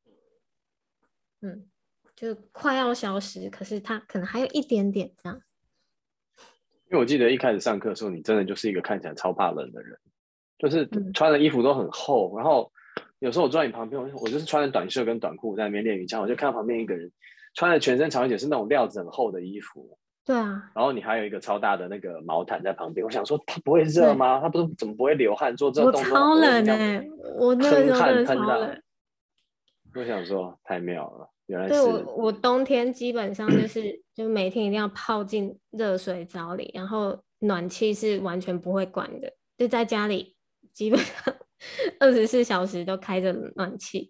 就快要消失，可是它可能还有一点点这样。 因为我记得一开始上课的时候，你真的就是一个看起来超怕冷的人，就是穿的衣服都很厚，然后有时候我坐在你旁边，我就是穿着短袖跟短裤在那边练瑜伽，我就看到旁边一个人穿的全身长一点是那种料子很厚的衣服， 对啊， 然后你还有一个超大的那个毛毯在旁边，我想说他不会热对， 吗？他不是怎么不会流汗？做这个我动作超不会是这样冷我那个时喷候真的汗喷到？ 超冷。 我想说太妙了，原来对是我冬天基本上就每天一定要泡进热水澡里，然后暖气是完全不会关的，就在家里基本上24小时都开着暖气。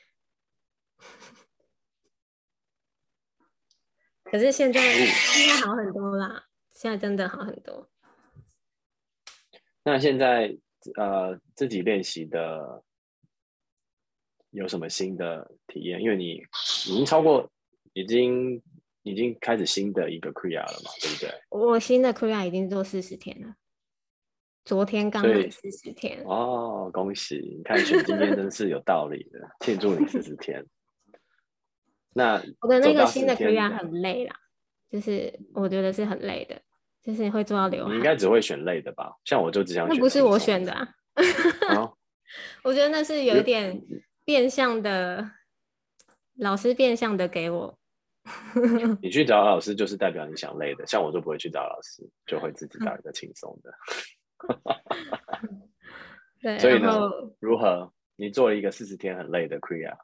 可是现在好很多啦，现在真的好很多。 那现在自己练习的有什么新的体验？因为你已经超过，已经开始新的一个 Kriya 了嘛，对不对？ 我新的 Kriya 已经做40天了，昨天刚满40天。 哦，恭喜！你看选今天真是有道理的，庆祝你40天。那我的那个新的 40天 Kriya 很累啦，就是我觉得是很累的，就是会做到流汗。 你应该只会选累的吧？像我就只想选。 那不是我选的啊。我觉得那是有一点变相的，老师变相的给我。 你去找老师就是代表你想累的，像我就不会去找老师，就会自己找一个轻松的。 对， 所以呢，如何？你做了一个40天很累的 Kriya？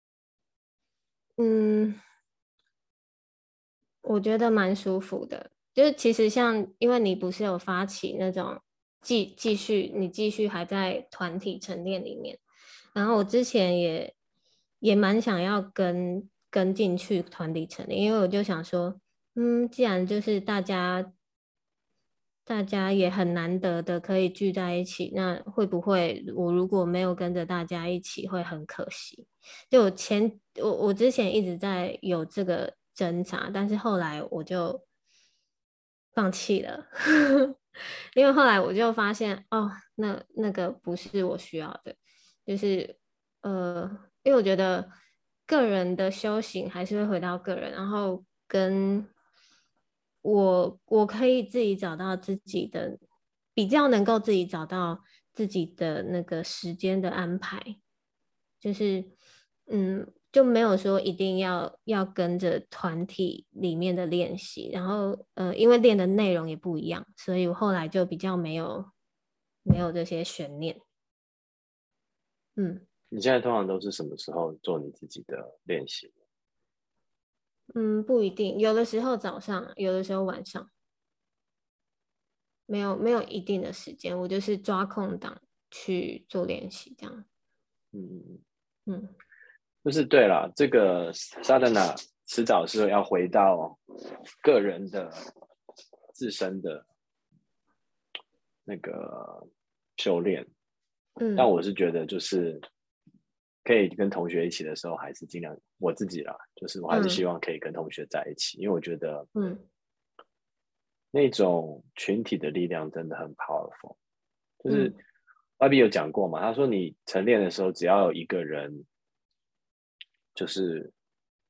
我觉得蛮舒服的。就是其实像，因为你不是有发起那种继续还在团体晨练里面，然后我之前也蛮想要跟进去团体晨练，因为我就想说，既然就是大家也很难得的可以聚在一起，那会不会我如果没有跟着大家一起会很可惜？就我之前一直在有这个挣扎，但是后来我就放弃了。因为后来我就发现哦，那个不是我需要的，就是因为我觉得个人的修行还是会回到个人，然后跟我可以自己找到自己的，比较能够自己找到自己的那个时间的安排，就是就没有说一定要跟着团体里面的练习，然后因为练的内容也不一样，所以我后来就比较没有这些悬念。 你现在通常都是什么时候做你自己的练习？ 不一定，有的时候早上，有的时候晚上，没有一定的时间，我就是抓空档去做练习这样。 就是对了，这个萨达纳迟早是要回到个人的自身的那个修炼。但我是觉得就是可以跟同学一起的时候，还是尽量我自己啦，就是我还是希望可以跟同学在一起，因为我觉得那种群体的力量真的很 powerful。就是YB 有讲过嘛，他说你晨练的时候，只要有一个人就是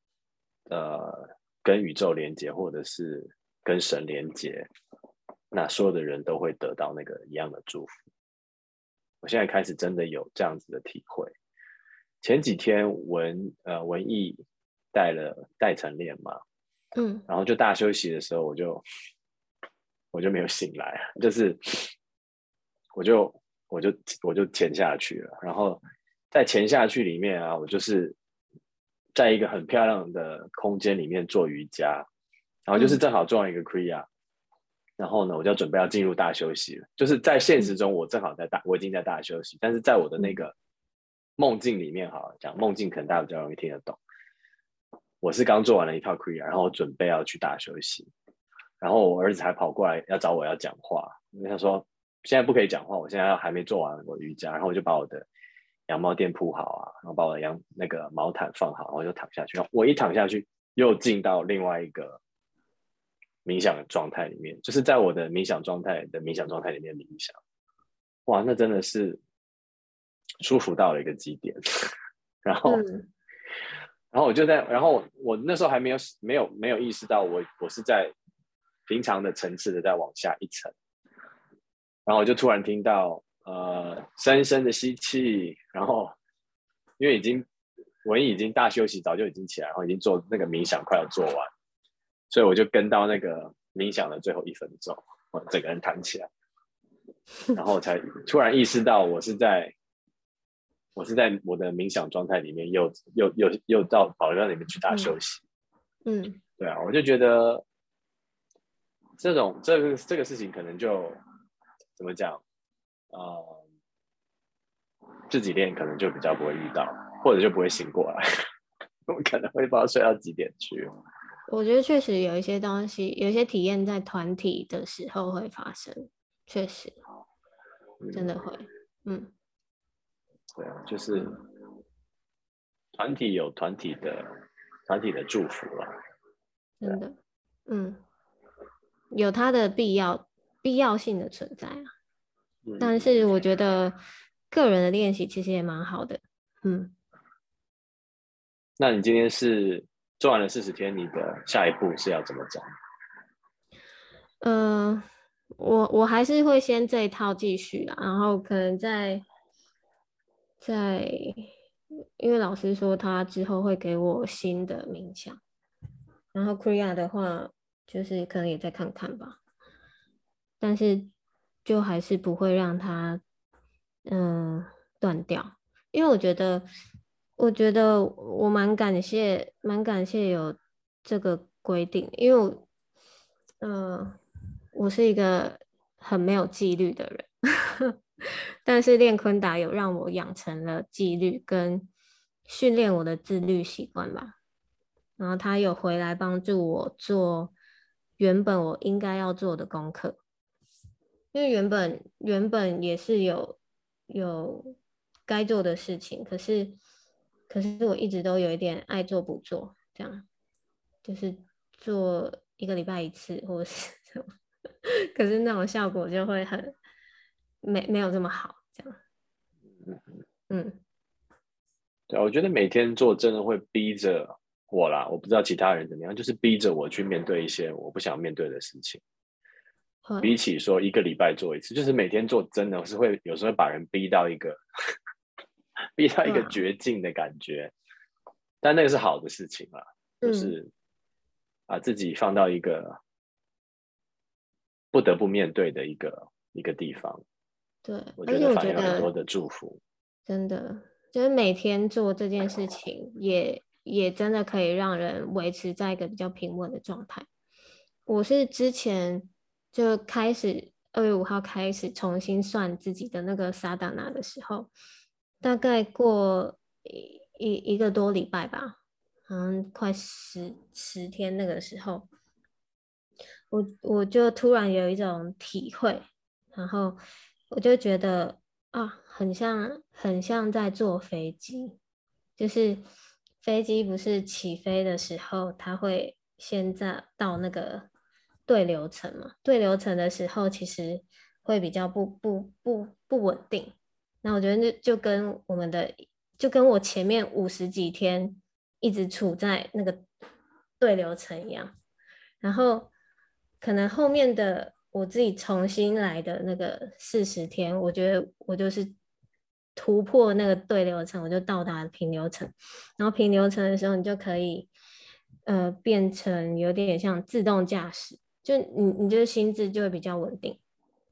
跟宇宙连接，或者是跟神连接，那所有的人都会得到那个一样的祝福。我现在开始真的有这样子的体会。前几天文艺带晨练嘛，然后就大休息的时候，我就没有醒来，就是我就潜下去了，然后在潜下去里面啊，我就是在一个很漂亮的空间里面做瑜伽，然后就是正好做完一个 Kriya，然后呢，我就准备要进入大休息了。就是在现实中，我正好我已经在大休息，但是在我的那个梦境里面，好讲梦境可能大家比较容易听得懂。我是刚做完了一套 Kriya，然后我准备要去大休息，然后我儿子还跑过来要找我要讲话，我想说现在不可以讲话，我现在还没做完我的瑜伽，然后我就把我的羊毛垫铺好啊，然后把我的那个毛毯放好，然后就躺下去。我一躺下去，又进到另外一个冥想状态里面，就是在我的冥想状态里面冥想，哇，那真的是舒服到了一个极点。然后，然后我那时候还没有意识到我是在平常的层次的再往下一层，然后我就突然听到深深的吸气，然后因为我已经大休息，早就已经起来，然后已经做那个冥想快要做完，所以我就跟到那个冥想的最后1分钟，我整个人弹起来，然后我才突然意识到我是在我的冥想状态里面又跑到里面去大休息。对啊，我就觉得这个事情可能就怎么讲，自己练可能就比较不会遇到，或者就不会醒过来，我可能会不知道睡到几点去。 我觉得确实有一些东西，有一些体验在团体的时候会发生，确实，真的会， 对啊，就是团体有团体的祝福啦， 真的，有它的必要性的存在啊。但是我觉得个人的练习其实也蛮好的， 那你今天是做完了40天，你的下一步是要怎么走？ 我还是会先这一套继续啊，然后可能因为老师说他之后会给我新的冥想，然后 Kriya 的话就是可能也再看看吧，但是就还是不会让它断掉，因为我觉得我蛮感谢有这个规定，因为我是一个很没有纪律的人，但是练昆达有让我养成了纪律跟训练我的自律习惯吧。然后他有回来帮助我做原本我应该要做的功课，因为原本也是有该做的事情，可是我一直都有一点爱做不做，这样就是做1个礼拜1次或者是什么，可是那种效果就会很没有这么好，这样。 对，我觉得每天做真的会逼着我啦，我不知道其他人怎么样，就是逼着我去面对一些我不想面对的事情。比起说1个礼拜做1次，就是每天做，真的是会有时候把人逼到一个绝境的感觉。但那个是好的事情啦，就是把自己放到一个不得不面对的一个地方。 对， 我觉得反而有很多的祝福。 真的，就是每天做这件事情也真的可以让人维持在一个比较平稳的状态。我是之前就开始2月5号开始重新算自己的那个萨达纳的时候，大概过一个多礼拜吧，好像快十天那个时候，我就突然有一种体会，然后我就觉得啊，很像在坐飞机，就是飞机不是起飞的时候，它会先到那个对流层嘛，对流层的时候其实会比较不稳定。那我觉得就跟我前面50几天一直处在那个对流层一样，然后可能后面的我自己重新来的那个40天，我觉得我就是突破那个对流层，我就到达平流层，然后平流层的时候，你就可以变成有点像自动驾驶，就你就是心智就会比较稳定。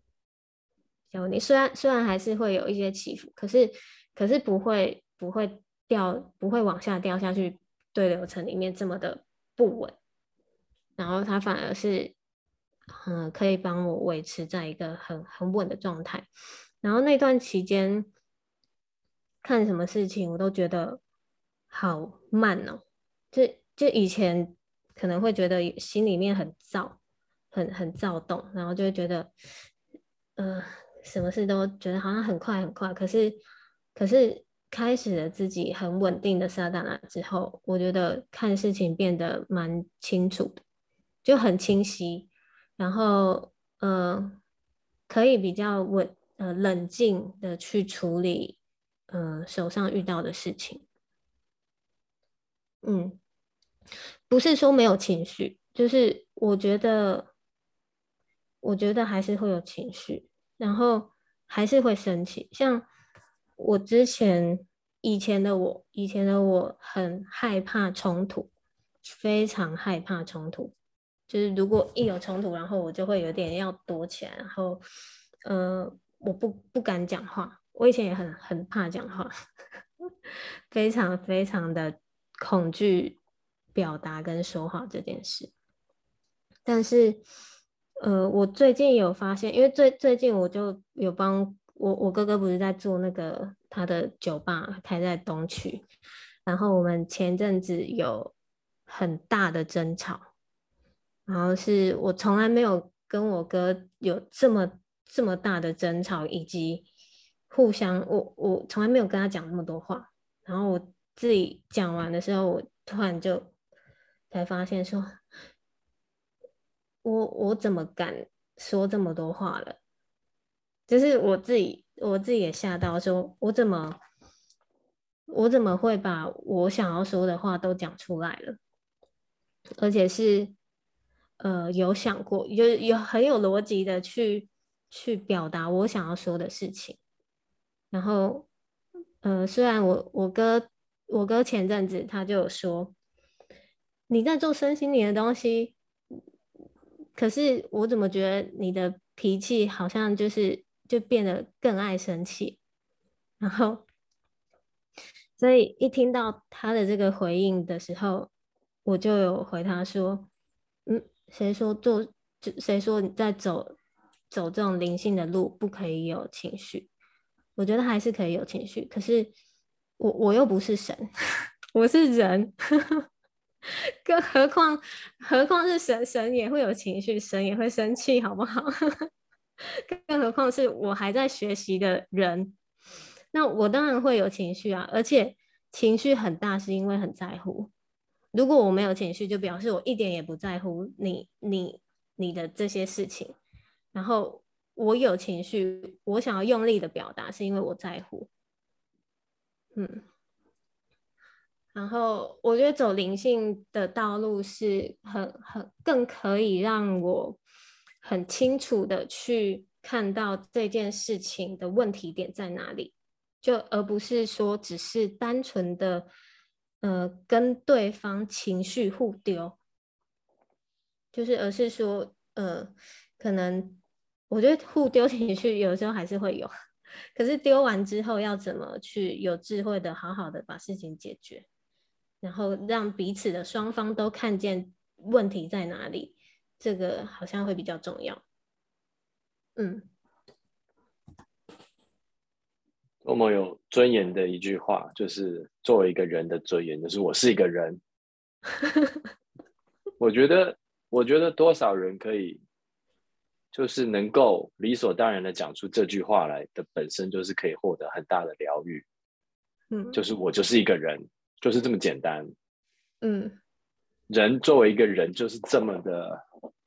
虽然还是会有一些起伏，可是不会往下掉下去对流层里面这么的不稳，然后它反而是可以帮我维持在一个很稳的状态。然后那段期间看什么事情我都觉得好慢哦，就以前可能会觉得心里面很躁动，然后就会觉得什么事都觉得好像很快很快，可是开始了自己很稳定的萨达纳之后，我觉得看事情变得蛮清楚的， 就很清晰，然后可以比较冷静的去处理手上遇到的事情。不是说没有情绪，就是我觉得还是会有情绪，然后还是会生气。像我以前的我很害怕冲突，非常害怕冲突。就是如果一有冲突，然后我就会有点要躲起来，然后我不敢讲话。我以前也很怕讲话，非常非常的恐惧表达跟说话这件事。但是，我最近有发现，因为最近我就有帮我哥哥不是在做那个他的酒吧开在东区，然后我们前阵子有很大的争吵，然后是我从来没有跟我哥有这么大的争吵，以及互相我从来没有跟他讲那么多话，然后我自己讲完的时候，我突然就才发现说。我怎么敢说这么多话了？就是我自己也吓到说，我怎么会把我想要说的话都讲出来了？而且是有想过，有很有逻辑的去表达我想要说的事情。然后虽然我哥前阵子他就有说你在做身心灵的东西，可是我怎么觉得你的脾气好像就变得更爱生气，然后所以一听到他的这个回应的时候，我就有回他说，谁说你在走这种灵性的路不可以有情绪？我觉得还是可以有情绪，可是我又不是神，我是人，更何况是神，神也会有情绪，神也会生气，好不好？更何况是我还在学习的人，那我当然会有情绪啊，而且情绪很大是因为很在乎。如果我没有情绪，就表示我一点也不在乎你的这些事情。然后我有情绪，我想要用力的表达，是因为我在乎。然后我觉得走灵性的道路是更可以让我很清楚的去看到这件事情的问题点在哪里，就而不是说只是单纯的跟对方情绪互丢，就是而是说可能我觉得互丢情绪有时候还是会有，可是丢完之后要怎么去有智慧的好好的把事情解决。然后让彼此的双方都看见问题在哪里，这个好像会比较重要。 多么有尊严的一句话，就是作为一个人的尊严，就是我是一个人。我觉得多少人可以，就是能够理所当然的讲出这句话来的，本身就是可以获得很大的疗愈。就是我就是一个人，就是这么简单。人作为一个人，就是这么的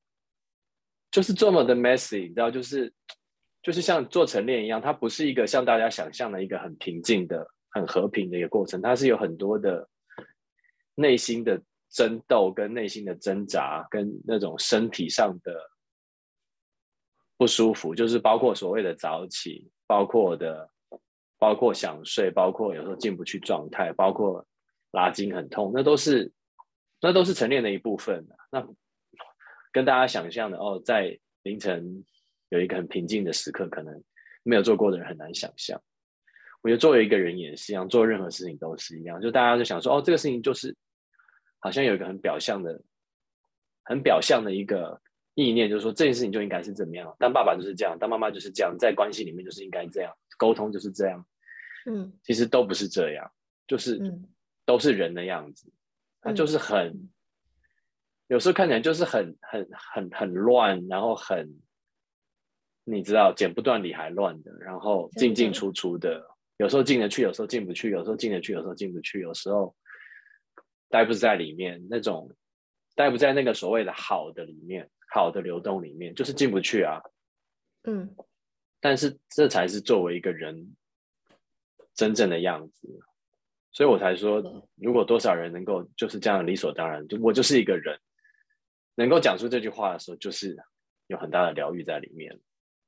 messy， 你知道，就是像做晨练一样，它不是一个像大家想象的一个很平静的、很和平的一个过程，它是有很多的内心的争斗、跟内心的挣扎、跟那种身体上的不舒服，就是包括所谓的早起，包括想睡，包括有时候进不去状态，包括拉筋很痛，那都是晨练的一部分。那跟大家想象的在凌晨有一个很平静的时刻，可能没有做过的人很难想象。我觉得作为一个人也是一样，做任何事情都是一样，就大家就想说，这个事情就是好像有一个很表象的一个意念，就是说这件事情就应该是怎么样，当爸爸就是这样，当妈妈就是这样，在关系里面就是应该这样，沟通就是这样。其实都不是这样，就是都是人的样子，他就是有时候看起来就是很乱，然后你知道剪不断理还乱的，然后进进出出的，有时候进得去，有时候进不去，有时候进得去，有时候进不去，有时候待不在里面，那种待不在那个所谓的好的里面，好的流动里面，就是进不去啊。但是这才是作为一个人真正的样子，所以我才说，如果多少人能够就是这样理所当然，我就是一个人，能够讲出这句话的时候，就是有很大的疗愈在里面。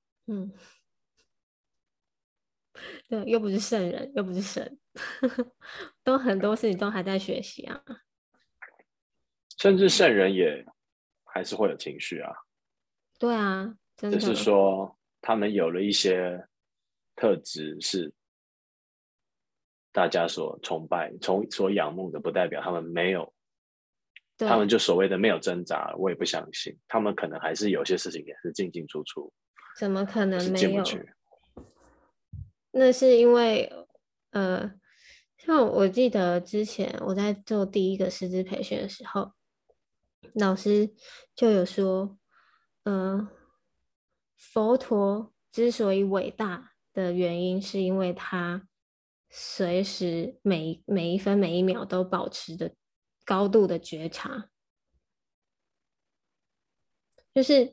对，又不是圣人，又不是神，都很多事情都还在学习啊。 甚至圣人也还是会有情绪啊。 对啊，真的。 只是说他们有了一些特质是大家所崇拜、所仰慕的，不代表他们没有，他们就所谓的没有挣扎，我也不相信，他们可能还是有些事情也是进进出出。 怎么可能没有？ 那是因为像我记得之前我在做第一个师资培训的时候，老师就有说，佛陀之所以伟大的原因，是因为他随时每一分每一秒都保持着高度的觉察，就是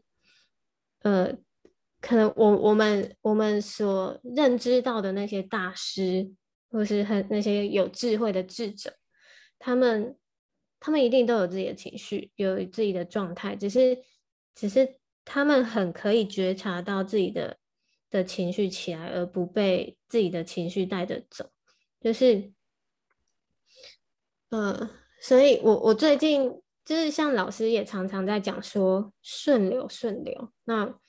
可能我们所认知到的那些大师，或是那些有智慧的智者，他们一定都有自己的情绪，有自己的状态，只是他们很可以觉察到自己的情绪起来，而不被自己的情绪带着走。就是所以我最近就是像老师也常常在讲说顺流。那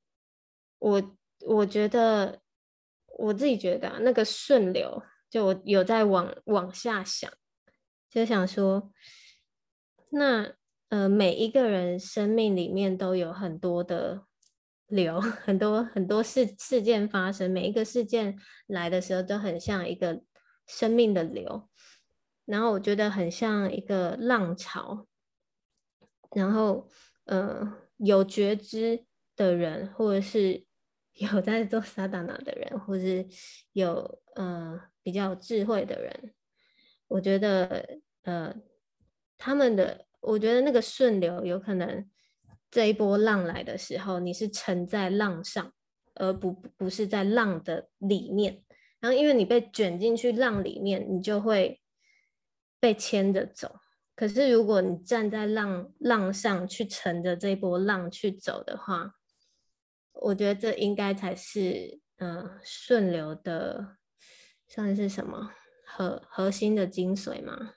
我觉得我自己觉得那个顺流，就我有在往下想，就想说，那每一个人生命里面都有很多的流，很多事件发生，每一个事件来的时候都很像一个生命的流，然后我觉得很像一个浪潮，然后有觉知的人，或者是有在做萨达那的人，或是有比较有智慧的人，我觉得他们的，我觉得那个顺流有可能这一波浪来的时候，你是沉在浪上，而不是在浪的里面。然后因为你被卷进去浪里面，你就会被牵着走。可是如果你站在浪上去乘着这一波浪去走的话，我觉得这应该才是顺流的，算是什么核心的精髓吗？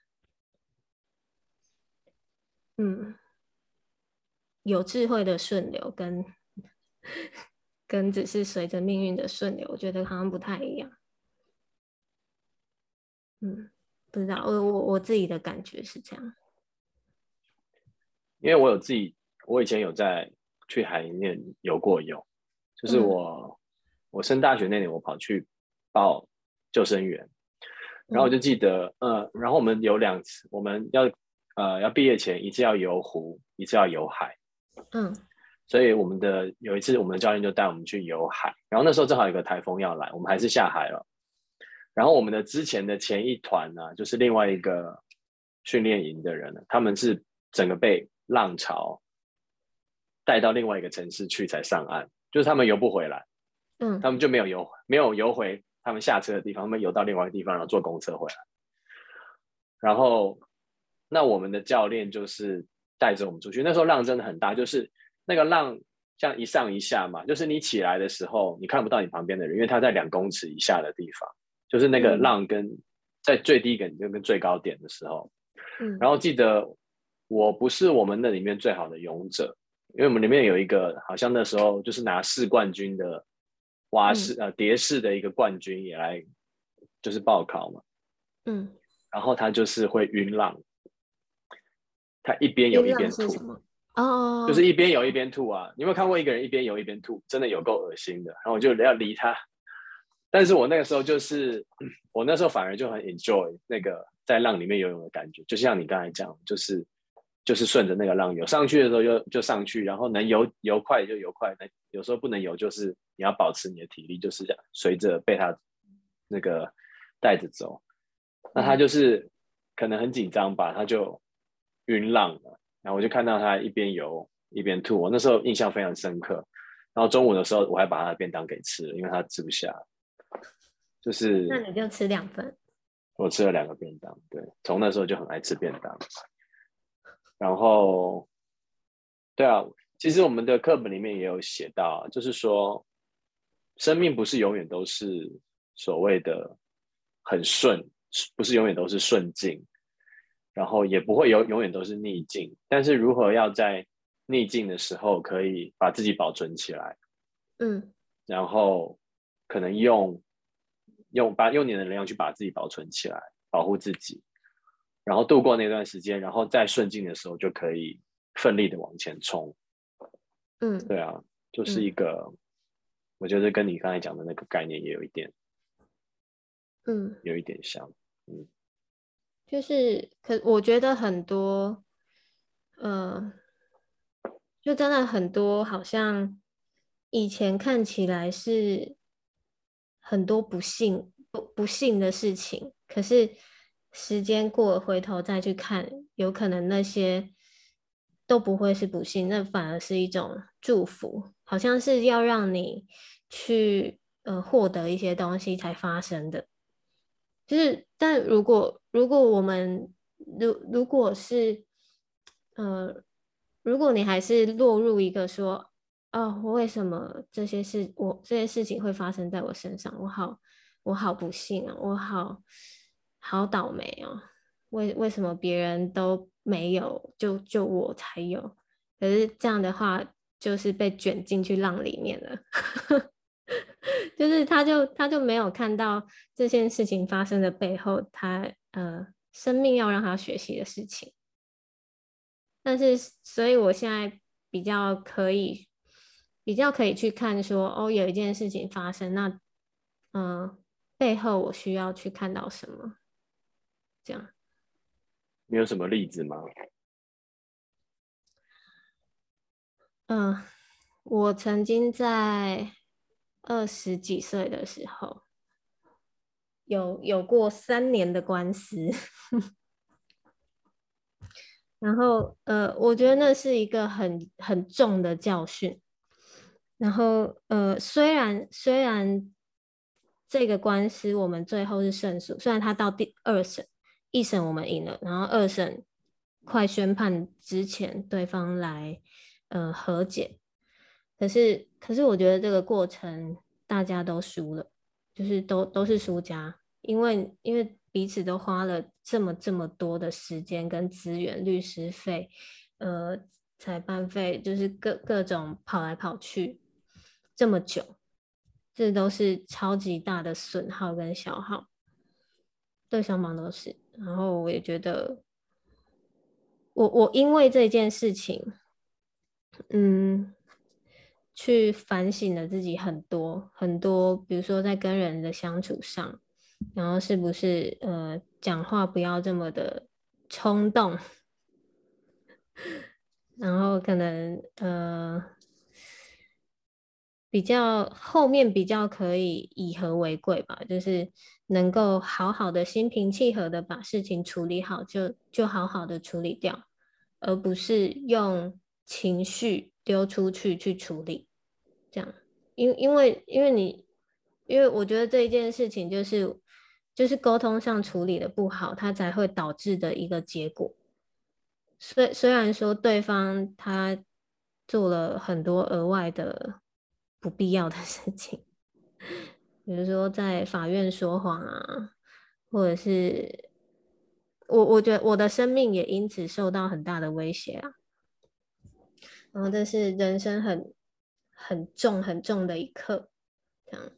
有智慧的顺流跟只是随着命运的顺流，我觉得好像不太一样。不知道，我自己的感觉是这样。 因为我以前有去海里面游过泳，就是我升大学那年，我跑去报救生员，然后我就记得，然后我们有2次，我们要毕业前一次要游湖，一次要游海，所以有一次我们的教练就带我们去游海，然后那时候正好有个台风要来，我们还是下海了，然后我们的之前的前一团呢，就是另外一个训练营的人呢，他们是整个被浪潮带到另外一个城市去才上岸，就是他们游不回来，他们就没有游回他们下车的地方，他们游到另外一个地方，然后坐公车回来。然后，那我们的教练就是带着我们出去，那时候浪真的很大，就是那个浪像一上一下嘛，就是你起来的时候，你看不到你旁边的人，因为他在2公尺以下的地方，就是那个浪在最低点跟最高点的时候。然后记得我不是我们那里面最好的泳者，因为我们里面有一个好像那时候就是拿世冠军的蝶式的一个冠军也来就是报考嘛，然后他就是会晕浪，他一边游一边吐，就是一边游一边吐啊！你有没有看过一个人一边游一边吐？真的有够恶心的。然后我就要离他，但是我那个时候我那时候反而就很 enjoy 那个在浪里面游泳的感觉，就像你刚才讲，就是顺着那个浪游上去的时候就上去，然后能游快就游快，有时候不能游就是你要保持你的体力，就是随着被他那个带着走。那他就是可能很紧张吧，他就晕浪了， 然后我就看到他一边游一边吐，我那时候印象非常深刻。然后中午的时候，我还把他的便当给吃了，因为他吃不下。就是那你就吃2份。 我吃了2个便当，对，从那时候就很爱吃便当。然后，对啊，其实我们的课本里面也有写到，就是说，生命不是永远都是所谓的很顺，不是永远都是顺境，然后也不会永远都是逆境。但是如何要在逆境的时候可以把自己保存起来，然后可能用你的能量去把自己保存起来，保护自己，然后度过那段时间，然后在顺境的时候就可以奋力的往前冲。对啊，就是一个，我觉得跟你刚才讲的那个概念也有一点，有一点像， 就是我觉得很多，就真的很多，好像以前看起来是很多不幸的事情，可是时间过了，回头再去看，有可能那些都不会是不幸，那反而是一种祝福，好像是要让你去获得一些东西才发生的。就是，但如果我们如果是如果你还是落入一个说，哦，为什么这些事情会发生在我身上？我好不幸啊，我好倒霉哦。为什么别人都没有，就我才有？可是这样的话，就是被卷进去浪里面了。就是他就没有看到这件事情发生的背后，生命要让他学习的事情。但是，所以我现在比较可以去看说，哦，有一件事情发生，那背后我需要去看到什么？这样。 你有什么例子吗？ 我曾经在20几岁的时候，有过3年的官司。然后我觉得那是一个很重的教训。然后虽然这个官司我们最后是胜诉，虽然他到第2审，1审我们赢了，然后2审快宣判之前，对方来和解。可是我觉得这个过程大家都输了，就是都是输家。因为彼此都花了这么多的时间跟资源，律师费、裁判费，就是各种跑来跑去这么久，这都是超级大的损耗跟消耗，对双方都是。然后我也觉得，我因为这件事情，去反省了自己很多很多，比如说在跟人的相处上，然后是不是讲话不要这么的冲动，然后可能后面比较可以以和为贵吧，就是能够好好的心平气和的把事情处理好，就好好的处理掉，而不是用情绪丢出去处理。这样，因为我觉得这一件事情就是沟通上处理的不好，它才会导致的一个结果。虽然说对方他做了很多额外的不必要的事情，比如说在法院说谎啊，或者是我觉得我的生命也因此受到很大的威胁啊。然后这是人生很重的一课，这样。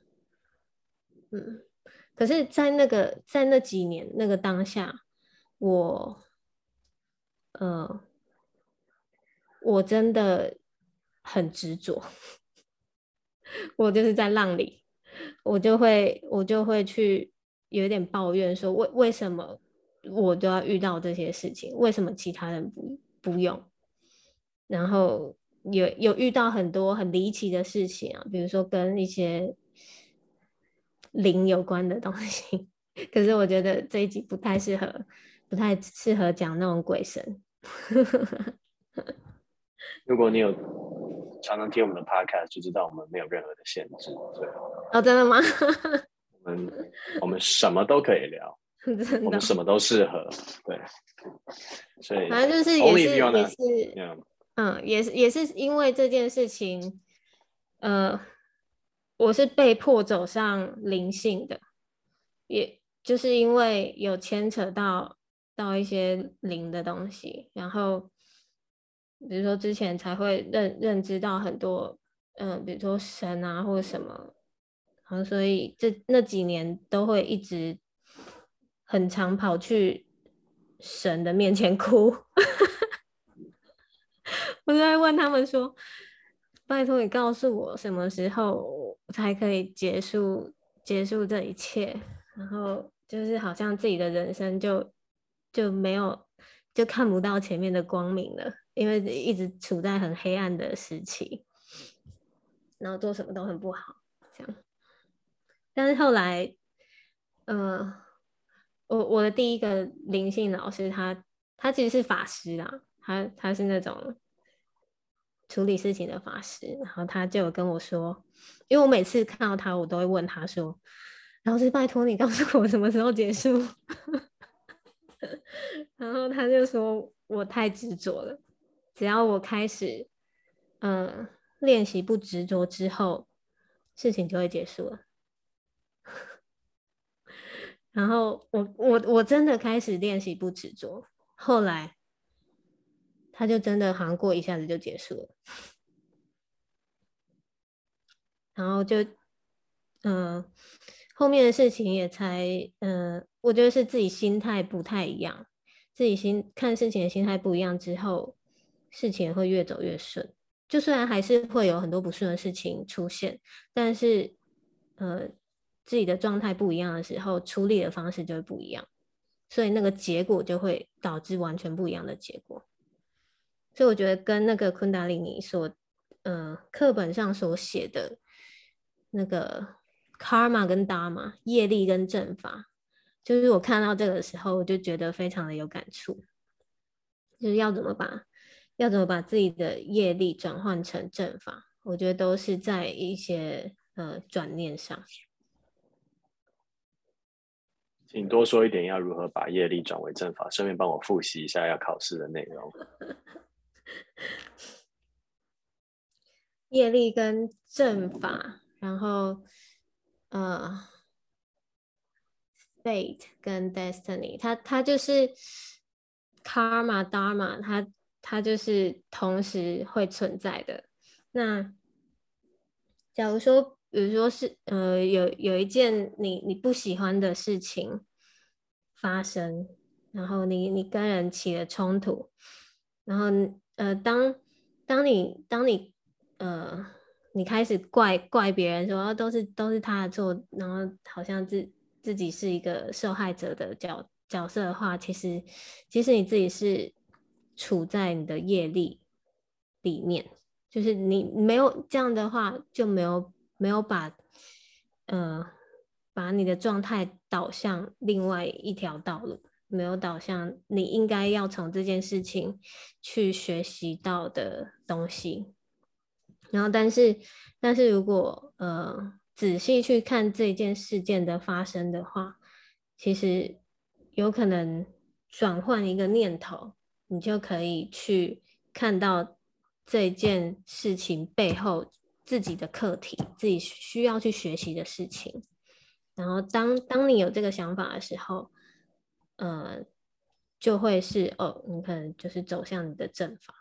可是在那几年那个当下，我呃我真的很执着。我就是在浪里，我就会去有点抱怨说，为什么我都要遇到这些事情？为什么其他人不用？然后有遇到很多很离奇的事情啊，比如说跟一些灵有关的东西。可是我觉得这一集不太适合讲那种鬼神。 如果你有常常听我们的 podcast，就知道我们没有任何的限制，对， 哦，真的吗？ 我们什么都可以聊， 真的哦， 我们什么都适合，对，所以反正就是也 only if 是 you 也 wanna， 是， yeah， 也是因为这件事情，我是被迫走上灵性的，也就是因为有牵扯到一些灵的东西，然后比如说之前才会认知到很多，比如说神啊或者什么，然后所以那几年都会一直很常跑去神的面前哭。我就在问他们说：“拜托你告诉我什么时候才可以结束这一切？”然后就是好像自己的人生就没有就看不到前面的光明了，因为一直处在很黑暗的时期，然后做什么都很不好，这样。但是后来，我的第一个灵性老师他其实是法师啦，他是那种处理事情的法师，然后他就有跟我说，因为我每次看到他，我都会问他说：“老师，拜托你告诉我什么时候结束。”然后他就说我太执着了，只要我开始练习不执着之后，事情就会结束了。然后我真的开始练习不执着，后来他就真的好像过一下子就结束了。然后就后面的事情也才我觉得是自己心态不太一样，自己看事情的心态不一样之后，事情会越走越顺。就虽然还是会有很多不顺的事情出现，但是自己的状态不一样的时候，处理的方式就会不一样，所以那个结果就会导致完全不一样的结果。所以我觉得跟那个昆达里尼课本上所写的那个 karma 跟 dharma 业力跟正法，就是我看到这个的时候，我就觉得非常的有感触，就是要怎么把自己的业力转换成正法，我觉得都是在一些转念上。 请多说一点，要如何把业力转为正法，顺便帮我复习一下要考试的内容。 业力跟正法，然后fate 跟 destiny，它就是 karma dharma，它就是同时会存在的。那假如说，比如说是有一件你不喜欢的事情发生，然后你跟人起了冲突，然后当你你开始怪别人说都是他的错，然后好像自己是一个受害者的角色的话，其实你自己是处在你的业力里面。就是你没有这样的话，就没有把你的状态导向另外一条道路，没有导向你应该要从这件事情去学习到的东西。然后，但是如果仔细去看这件事件的发生的话，其实有可能转换一个念头，你就可以去看到这件事情背后自己的课题，自己需要去学习的事情。然后当你有这个想法的时候，就会是你可能就是走向你的正法，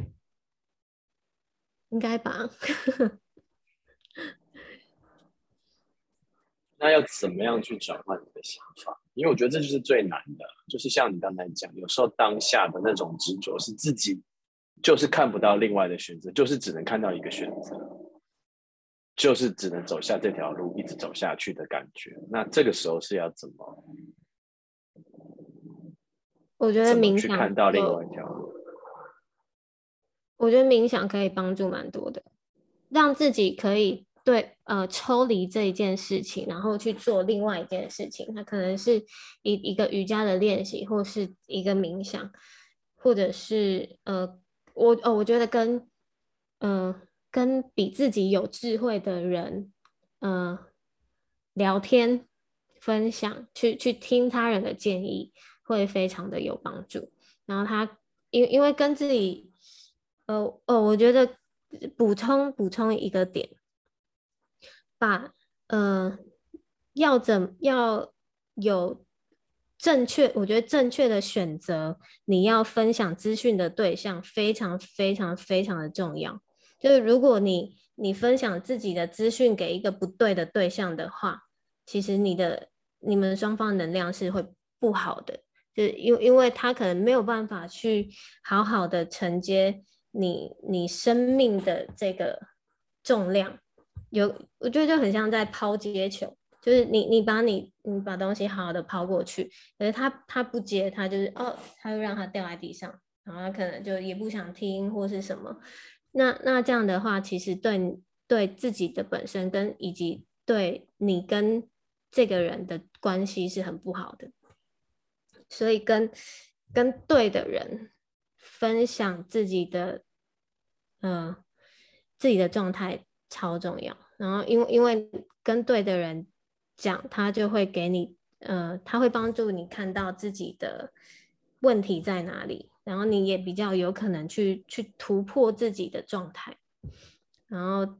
应该吧？ 那要怎么样去转换你的想法？因为我觉得这就是最难的，就是像你刚才讲，有时候当下的那种执着是自己就是看不到另外的选择，就是只能看到一个选择，就是只能走下这条路，一直走下去的感觉。那这个时候是要我觉得怎么冥想去看到另外一条路？ 我觉得冥想可以帮助蛮多的，让自己可以抽离这一件事情，然后去做另外一件事情。它可能是一个瑜伽的练习，或是一个冥想，或者是我觉得跟比自己有智慧的人聊天分享，去听他人的建议，会非常的有帮助。然后因为跟自己我觉得补充一个点，把要有我觉得正确的选择，你要分享资讯的对象非常非常非常的重要。就是如果你分享自己的资讯给一个不对的对象的话，其实你们双方的能量是会不好的，就是因为他可能没有办法去好好的承接你生命的这个重量。我觉得就很像在抛接球，就是你把东西好好的抛过去，可是他不接，他就是他就让他掉在地上，然后他可能就也不想听或是什么。那这样的话，其实对自己的本身以及对你跟这个人的关系是很不好的。所以跟对的人分享自己的状态超重要。然后因为跟对的人讲，他就会给你他会帮助你看到自己的问题在哪里，然后你也比较有可能去突破自己的状态。然后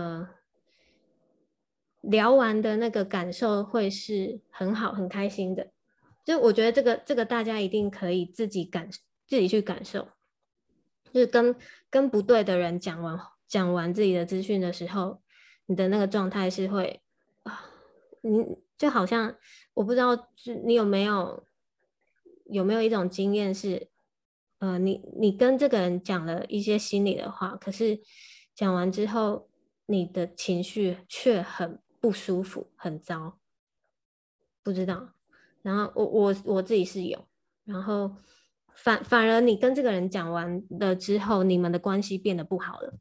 聊完的那个感受会是很好很开心的。就我觉得这个大家一定可以自己去感受，就是跟不对的人讲完自己的资讯的时候，你的那个状态是会你就好像我不知道你有没有一种经验是你跟这个人讲了一些心里的话，可是讲完之后你的情绪却很不舒服很糟，不知道。然后我自己是有，然后反而你跟这个人讲完了之后，你们的关系变得不好了。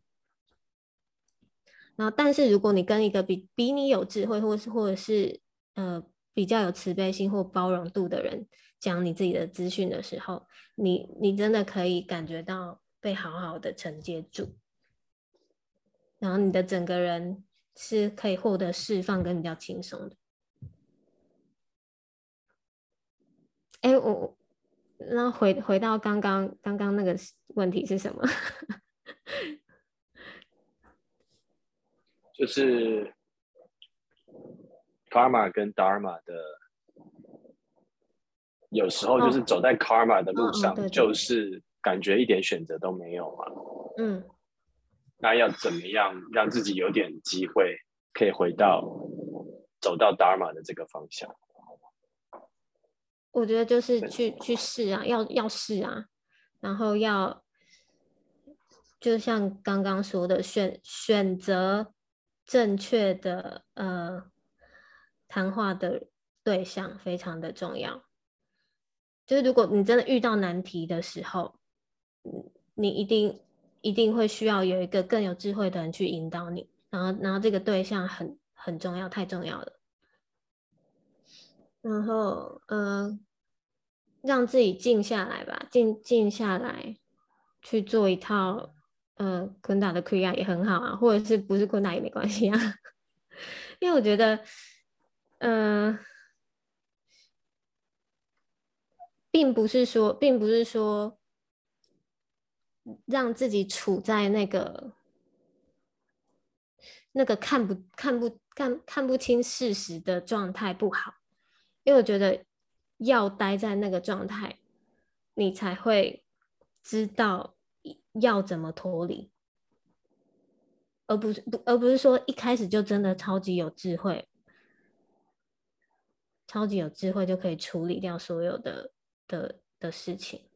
然后，但是如果你跟一个比你有智慧，或者是比较有慈悲心或包容度的人讲你自己的资讯的时候，你真的可以感觉到被好好的承接住，然后你的整个人是可以获得释放跟比较轻松的。哎，那回到刚刚那个问题是什么？ 就是 karma 跟 dharma 的，有时候就是走在 karma 的路上， 对就是感觉一点选择都没有嘛。那要怎么样让自己有点机会可以走到 dharma 的这个方向？ 我觉得就是去试啊，要试啊，然后就像刚刚说的，选择正确的谈话的对象非常的重要。就是如果你真的遇到难题的时候，你一定会需要有一个更有智慧的人去引导你，然后这个对象很重要，太重要了。然后让自己静下来吧，静下来去做一套昆达的 Kriya 也很好啊，或者是不是昆达也没关系啊。因为我觉得并不是说让自己处在那个看不清事实的状态不好，因为我觉得要待在那个状态，你才会知道要怎么脱离，而不是说一开始就真的超级有智慧，就可以处理掉所有的事情。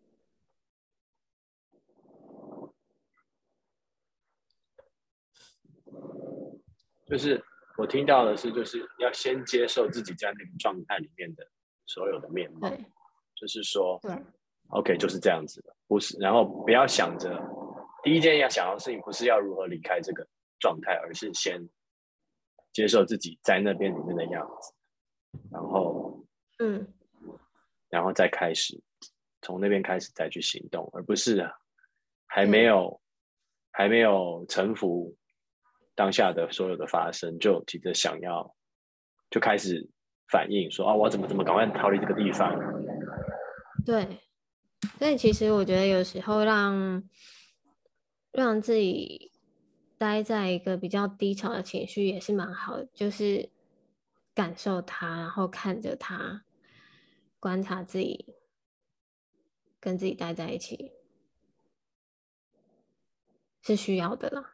就是我听到的是，就是要先接受自己在那个状态里面的所有的面貌，就是说， 对 ，OK，就是这样子的，不是，然后不要想着第一件要想的事情不是要如何离开这个状态，而是先接受自己在那边里面的样子，然后再开始从那边开始再去行动，而不是还没有臣服当下的所有的发生，就急着想要就开始反应说我怎么赶快逃离这个地方。 对，所以其实我觉得有时候让自己待在一个比较低潮的情绪也是蛮好的，就是感受它，然后看着它，观察自己，跟自己待在一起是需要的啦。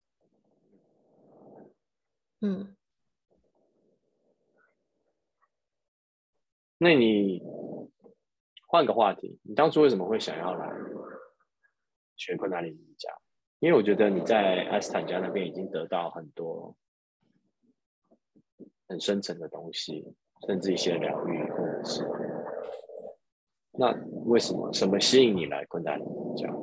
那你换个话题，你当初为什么会想要来学昆达里尼瑜伽？因为我觉得你在阿斯坦加那边已经得到很多很深层的东西，甚至一些疗愈，或者是那为什么什么吸引你来昆达里尼瑜伽？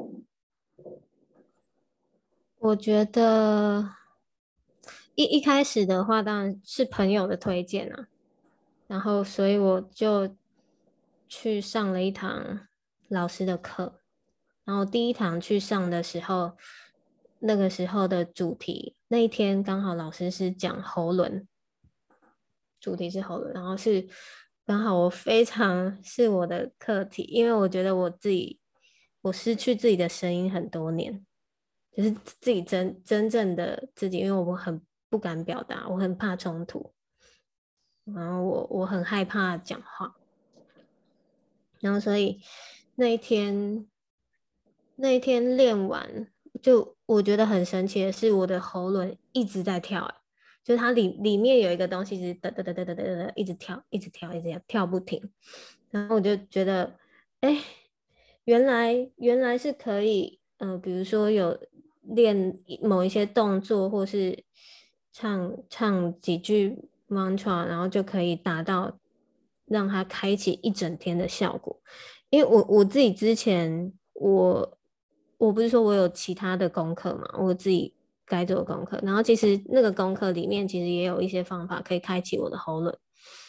我觉得一开始的话，当然是朋友的推荐啊，然后所以我就去上了一堂老师的课，然后第一堂去上的时候，那个时候的主题，那一天刚好老师是讲喉轮，主题是喉轮，然后是刚好我非常是我的课题，因为我觉得我失去自己的声音很多年，就是自己真正的自己，因为我很不敢表达，我很怕冲突，然后我很害怕讲话，然后所以那一天练完，就我觉得很神奇的是，我的喉轮一直在跳，就是它里面有一个东西，一直哒哒哒哒哒哒哒一直跳，一直跳，一直跳不停。然后我就觉得，哎，原来是可以，比如说有练某一些动作，或是唱几句 mantra，然后就可以达到让它开启一整天的效果。因为我自己之前我不是说我有其他的功课嘛，我自己该做的功课，然后其实那个功课里面其实也有一些方法可以开启我的喉咙，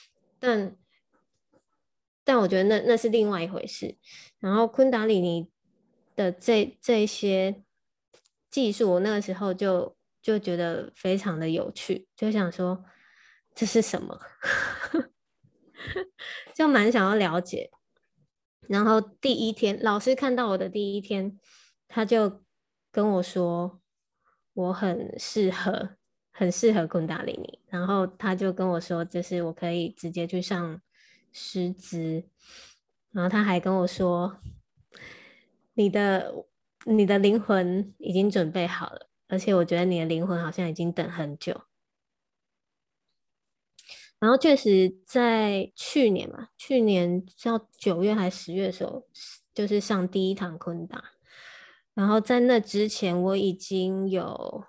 但我觉得那是另外一回事。然后昆达里尼的这些技术，我那个时候就觉得非常的有趣，就想说这是什么，就蛮想要了解。然后第一天，老师看到我的第一天，他就跟我说我很适合昆达里尼。然后他就跟我说，就是我可以直接去上师资。然后他还跟我说，你的灵魂已经准备好了，而且我觉得你的灵魂好像已经等很久。然后确实在去年嘛，去年到9月还是10月的时候，就是上第一堂昆达。然后在那之前，我已经有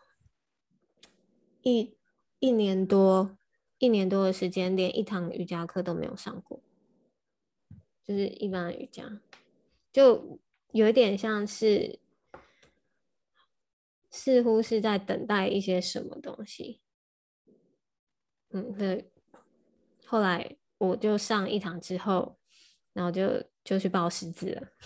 一年多的时间，连一堂瑜伽课都没有上过，就是一般的瑜伽，就有一点像是似乎是在等待一些什么东西。对。后来我就上一堂之后，然后就去报识字了。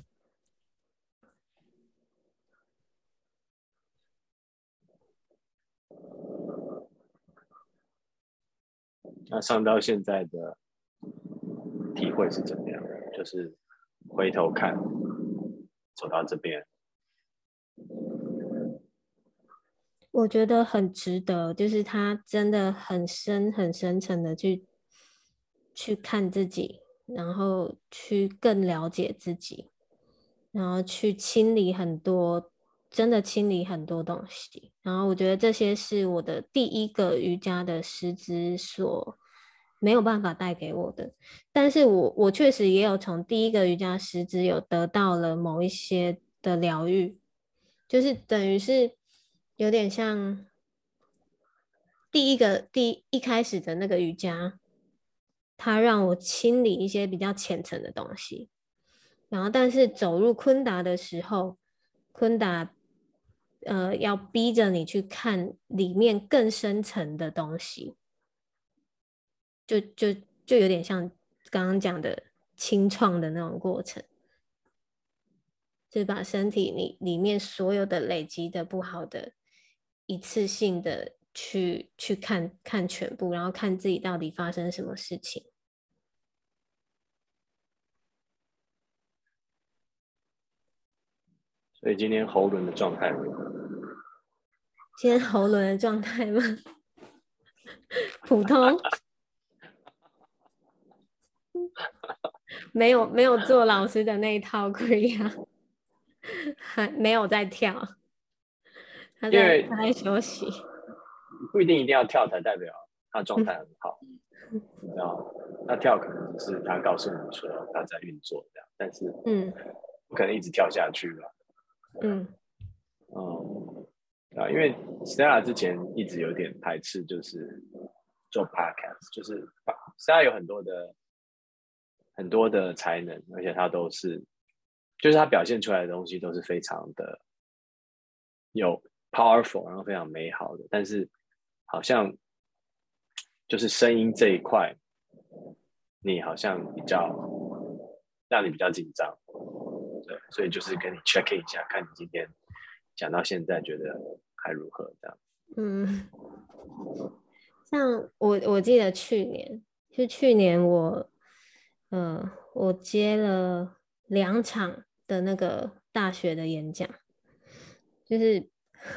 那上到现在的体会是怎么样的？就是回头看，走到这边， 我觉得很值得，就是他真的很深沉的去看自己，然后去更了解自己，然后去清理很多，真的清理很多东西。然后我觉得这些是我的第一个瑜伽的师资所没有办法带给我的，但是我确实也有从第一个瑜伽师资有得到了某一些的疗愈，就是等于是有点像第一开始的那个瑜伽，它让我清理一些比较浅层的东西。然后，但是走入昆达的时候，昆达要逼着你去看里面更深层的东西，就就就有点像刚刚讲的清创的那种过程。 就是把身体里面所有的累积的不好的一次性的去看全部，然后看自己到底发生什么事情。 所以今天喉轮的状态如何？ 今天喉轮的状态吗？普通，没有做老师的那一套 Kriya， 还没有在跳，他在休息。 不一定一定要跳才代表他状态很好，然后他跳可能只是他告诉你说他在运作这样，但是不可能一直跳下去吧。因为 Stella 之前一直有点排斥，就是做 podcast， 就是 Stella 有很多的才能，而且他都是，就是他表现出来的东西都是非常的有 powerful， 然后非常美好的，但是好像就是声音这一块，你好像让你比较紧张，对，所以就是跟你 check in 一下，看你今天讲到现在觉得还如何这样。 像我记得去年我接了2场的那个大学的演讲，就是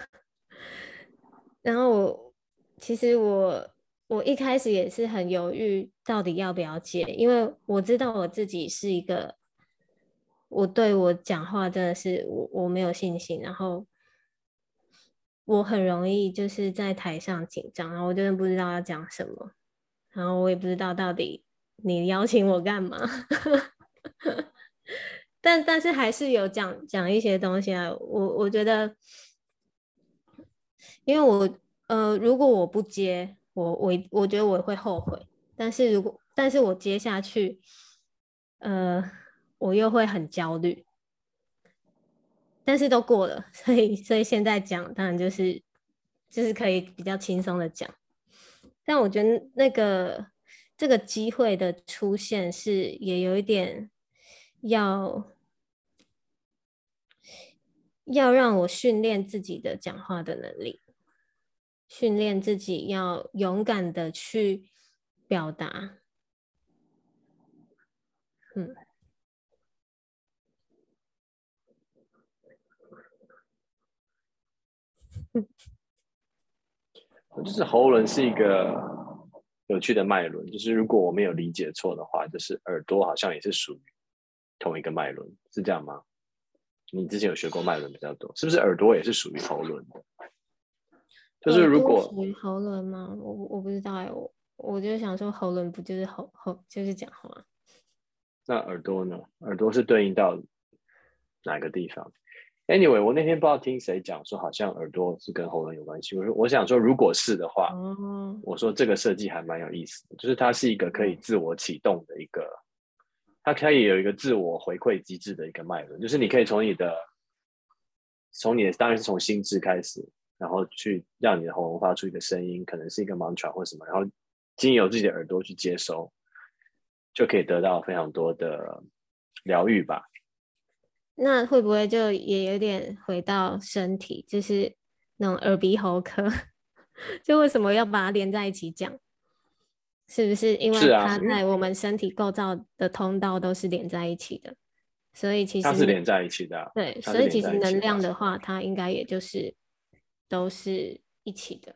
然后其实我一开始也是很犹豫到底要不要接，因为我知道我自己是一个我对我讲话真的是我没有信心，然后我很容易就是在台上紧张，然后我真的不知道要讲什么，然后我也不知道到底你邀请我干嘛但是还是有讲一些东西啊，我觉得因为如果我不接，我觉得我会后悔，但是我接下去我又会很焦虑，但是都过了，所以现在讲当然就是可以比较轻松的讲，但我觉得这个机会的出现是也有一点要让我训练自己的讲话的能力，训练自己要勇敢的去表达。 就是喉轮是一个有趣的脉轮，就是如果我没有理解错的话，就是耳朵好像也是属于同一个脉轮，是这样吗？你之前有学过脉轮比较多，是不是耳朵也是属于喉轮的？就是如果属于喉轮吗？我不知道哎，我就想说喉轮不就是就是讲话？ 那耳朵呢？耳朵是对应到哪个地方？Anyway， 我那天不知道听谁讲说，好像耳朵是跟喉轮有关系。我想说，如果是的话，我说这个设计还蛮有意思的，就是它是一个可以自我启动的一个，它可以有一个自我回馈机制的一个脉轮，就是你可以从你的当然是从心智开始，然后去让你的喉咙发出一个声音，可能是一个 mantra 或什么，然后经由自己的耳朵去接收，就可以得到非常多的疗愈吧。 那会不会就也有点回到身体，就是那种耳鼻喉科，就为什么要把它连在一起讲？是不是因为它在我们身体构造的通道都是连在一起的？所以其实它是连在一起的。 对，所以其实能量的话，它应该也就是都是一起的。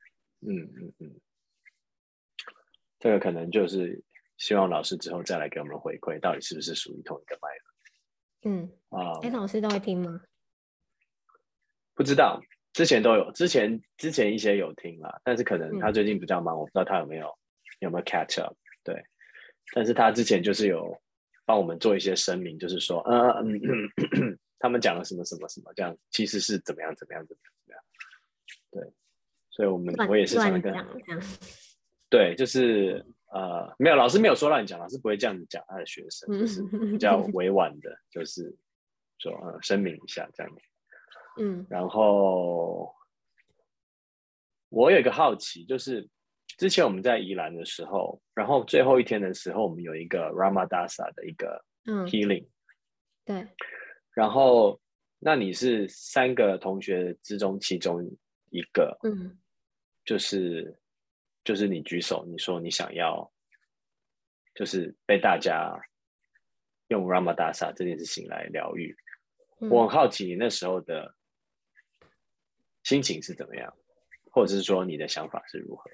这个可能就是希望老师之后再来给我们回馈，到底是不是属于同一个脉轮。 老师都会听吗？ 不知道，之前都有，之前一些有听啦，但是可能他最近比较忙，我不知道他有没有 catch up。对，但是他之前就是有帮我们做一些声明，就是说，他们讲了什么什么什么这样，其实是怎么样怎么样怎么样怎么样。对，所以我也是常常跟对，就是没有，老师没有说让你讲，老师不会这样子讲他的学生，就是比较委婉的，就是说声明一下这样子。然后我有一个好奇，就是之前我们在宜兰的时候，然后最后一天的时候，我们有一个 Ramadasa 的一个 healing。 对。 然后那你是3个同学之中其中一个， 嗯就是你举手，你说你想要就是被大家用 Ramadasa 这件事情来疗愈。我很好奇你那时候的心情是怎么样，或者是说你的想法是如何？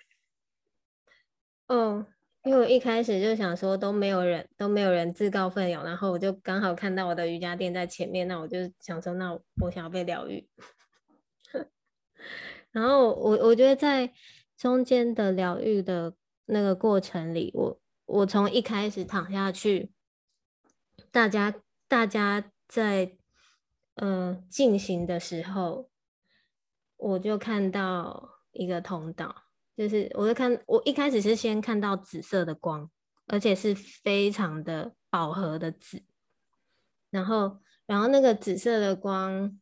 因为我一开始就想说都没有人自告奋勇，然后我就刚好看到我的瑜伽垫在前面，那我就想说，那我想要被疗愈。然后我觉得在中间的疗愈的那个过程里，我从一开始躺下去，大家在进行的时候，我就看到一个通道，就是我一开始是先看到紫色的光，而且是非常的饱和的紫，然后那个紫色的光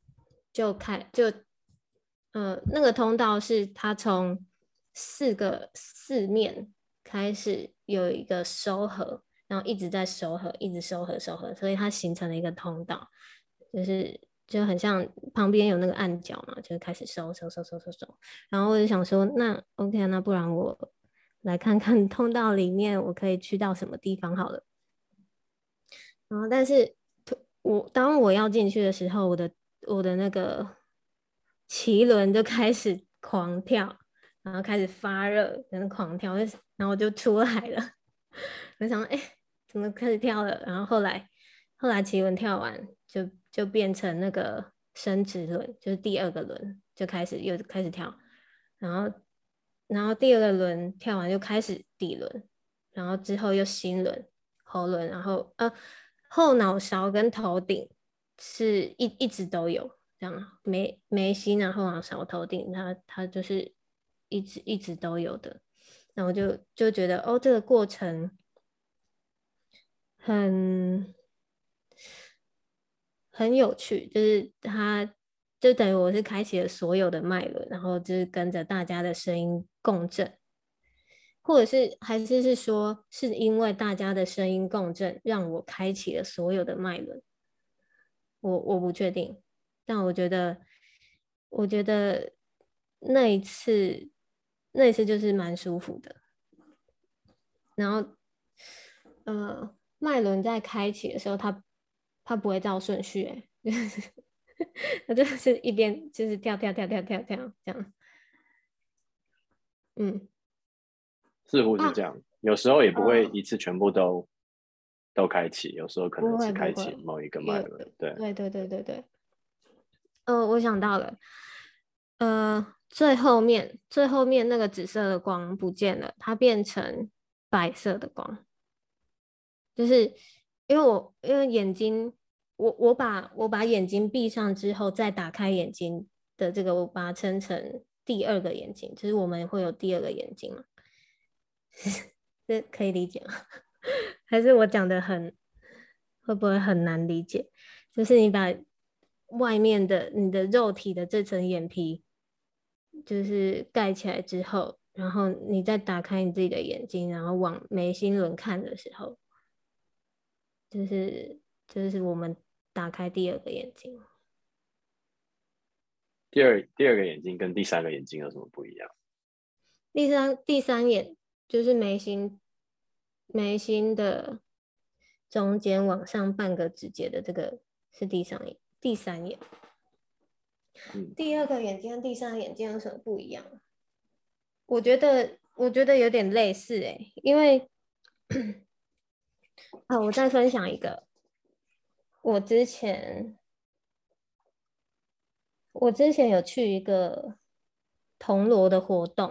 那个通道是它从四面开始有一个收合，然后一直在收合，一直收合，所以它形成了一个通道，就很像旁边有那个暗角嘛，就开始收。然后我就想说，那 OK，那不然我来看看通道里面我可以去到什么地方好了。然后，但是当我要进去的时候，我的那个脐轮就开始狂跳，然后开始发热，然后狂跳，然后我就出来了。我想，怎么开始跳了？然后后来脐轮跳完，就变成那个生殖轮，就是第2个轮又开始跳，然后第2个轮跳完就开始底轮，然后之后又心轮、喉轮，然后后脑勺跟头顶是一直都有这样，眉心啊、后脑勺、头顶，它就是一直都有的。那我就觉得这个过程很有趣，就是就等于我是开启了所有的脉轮，然后就是跟着大家的声音共振，或者还是说是因为大家的声音共振，让我开启了所有的脉轮，我不确定，但我觉得那一次就是蛮舒服的。然后脉轮在开启的时候，它不会照顺序，就是它就是一边就是跳这样，嗯似乎是这样，有时候也不会呃一次全部都开启，有时候可能只开启某一个脉轮。对， 对，我想到了，最后面那个紫色的光不见了，它变成白色的光，就是因为眼睛，我把眼睛闭上之后再打开眼睛的这个，我把它称成第2个眼睛，就是我们会有第2个眼睛嘛，这可以理解吗？还是我讲的会不会很难理解？就是你把外面的你的肉体的这层眼皮就是盖起来之后，然后你再打开你自己的眼睛，然后往眉心轮看的时候，就是我们打开第2个眼睛。 第二个眼睛跟第3个眼睛有什么不一样？ 第三眼就是眉心的中间往上半个指节的这个是第三眼。第2个眼睛跟第3个眼睛有什么不一样？我觉得有点类似因为我再分享一个，我之前有去一个铜锣的活动，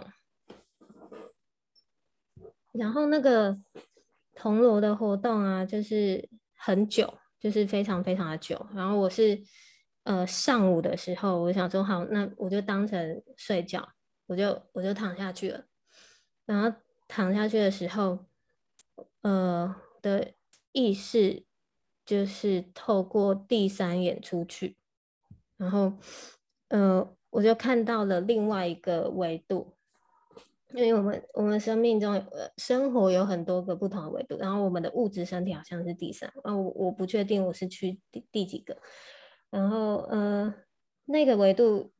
然后那个铜锣的活动啊，就是很久，就是非常非常的久。然后我是上午的时候，我想说好，那我就当成睡觉，我就躺下去了。然后躺下去的时候，的意识就是透过第3眼出去，然后我就看到了另外一个维度。因为我们生命中生活有很多个不同的维度，然后我们的物质身体好像是第3，我不确定我是去第几个， 然后那个维度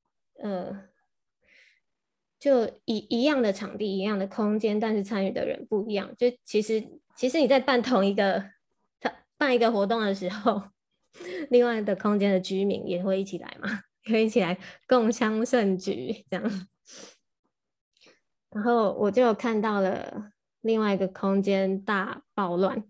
就一样的场地，一样的空间，但是参与的人不一样。就其实你在办办一个活动的时候，另外的空间的居民也会一起来嘛，可以一起来共襄盛举这样。然后我就看到了另外一个空间大暴乱，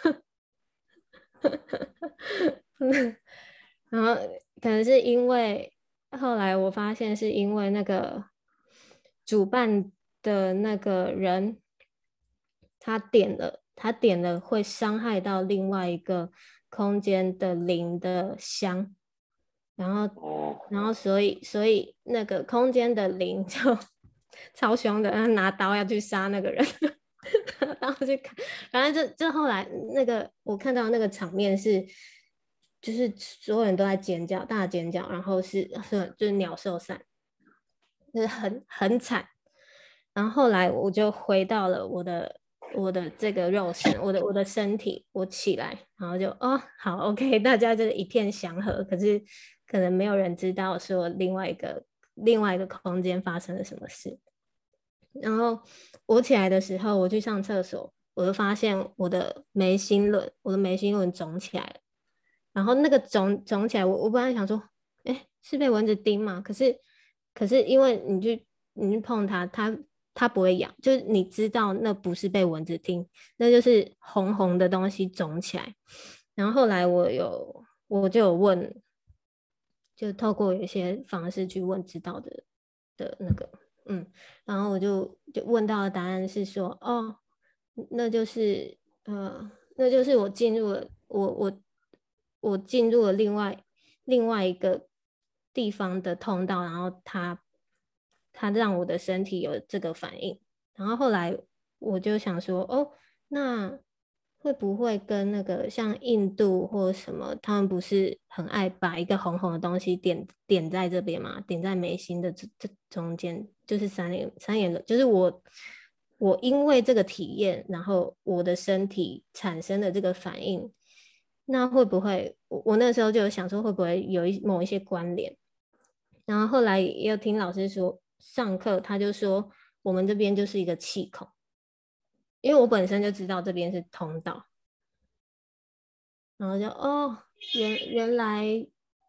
然后可能是因为后来我发现是因为那个主办的那个人他点了会伤害到另外一个空间的灵的香，然后所以那个空间的灵就超凶的，拿刀要去杀那个人。然后去看，反正就后来那个我看到那个场面是，就是所有人都在尖叫，大尖叫，然后就是鸟兽散，就是很惨。然后后来我就回到了我的这个肉身，我的身体，我起来，然后就好 OK， 大家就是一片祥和，可是可能没有人知道说另外一个空间发生了什么事。然后我起来的时候，我去上厕所，我就发现我的眉心轮肿起来了。然后那个肿起来，我本来想说，哎，是被蚊子叮吗？可是因为你去碰它，它不会痒，就是你知道那不是被蚊子叮，那就是红红的东西肿起来。然后后来我就有问，就透过有一些方式去问知道的那个。然后我就问到的答案是说，那就是我进入了我进入了另外一个地方的通道，然后它让我的身体有这个反应。然后后来我就想说，那会不会跟那个像印度或什么，他们不是很爱把一个红红的东西点在这边嘛？点在眉心的这中间，就是三眼轮，就是我因为这个体验，然后我的身体产生的这个反应，那会不会我那时候就有想说，会不会有某一些关联？然后后来也有听老师说，上课他就说我们这边就是一个气孔。因为我本身就知道这边是通道，然后就原来，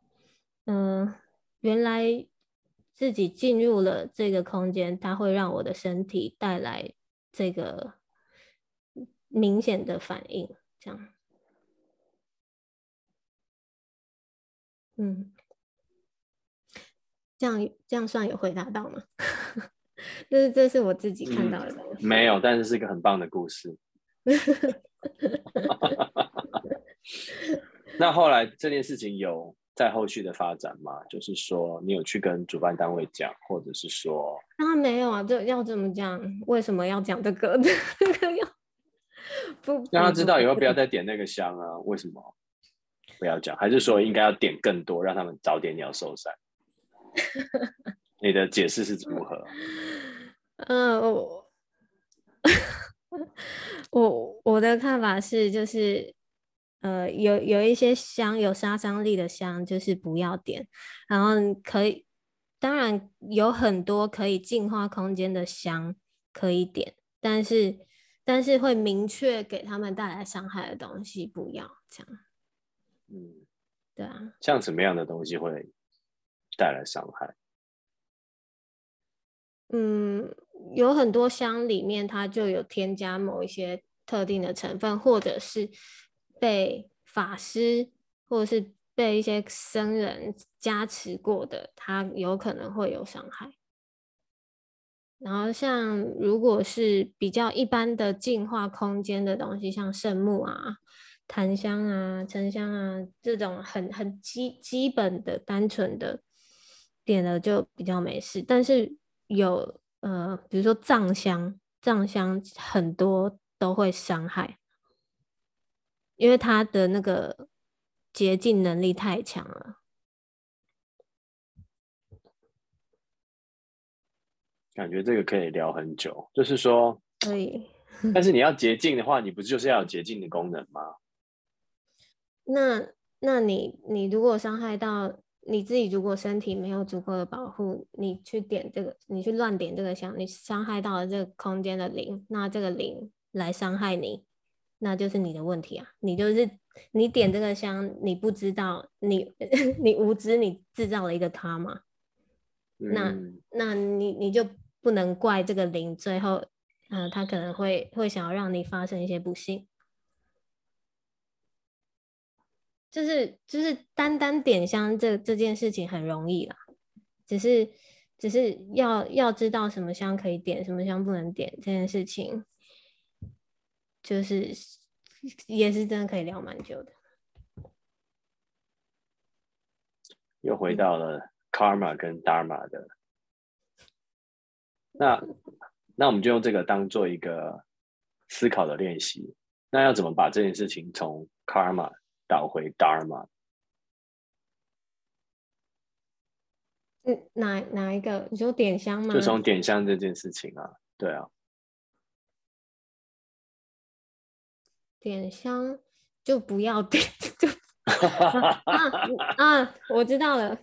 原来自己进入了这个空间，它会让我的身体带来这个明显的反应，这样，这样算有回答到吗？这是我自己看到的东西。 没有，但是是一个很棒的故事。那后来这件事情有在后续的发展吗？就是说，你有去跟主办单位讲，或者是说， 当然没有啊，这要怎么讲？为什么要讲这个？ 让他知道以后不要再点那个香啊？为什么不要讲？还是说应该要点更多，让他们早点鸟兽散？你的解释是如何？ 我的看法是，就是有一些香有杀伤力的香，就是不要点。然后当然有很多可以净化空间的香可以点，但是会明确给他们带来伤害的东西不要这样。对啊。 像什么样的东西会带来伤害？ 有很多香里面它就有添加某一些特定的成分，或者是被法师或者是被一些僧人加持过的，它有可能会有伤害。然后像如果是比较一般的净化空间的东西，像圣木啊、檀香啊、沉香啊这种很基本的单纯的点了就比较没事。但是有比如说藏香很多都会伤害，因为它的那个洁净能力太强了。 感觉这个可以聊很久，就是说， 所以但是你要洁净的话，你不就是要有洁净的功能吗？ 那那你如果伤害到你自己，如果身体没有足够的保护，你去点这个，你去乱点这个香，你伤害到了这个空间的灵，那这个灵来伤害你，那就是你的问题啊！你点这个香，你不知道，你你无知，你制造了一个他嘛？那你就不能怪这个灵，最后他可能会想要让你发生一些不幸。就是单单点香这件事情很容易啦，只是要知道什么香可以点，什么香不能点这件事情，就是也是真的可以聊蛮久的。 又回到了 karma 跟 dharma 的，那我们就用这个当做一个思考的练习。那要怎么把这件事情从 karma 导回 dharma？ 哪一个？你说点香吗？ 就从点香这件事情啊，对啊， 点香就不要点，就我知道了。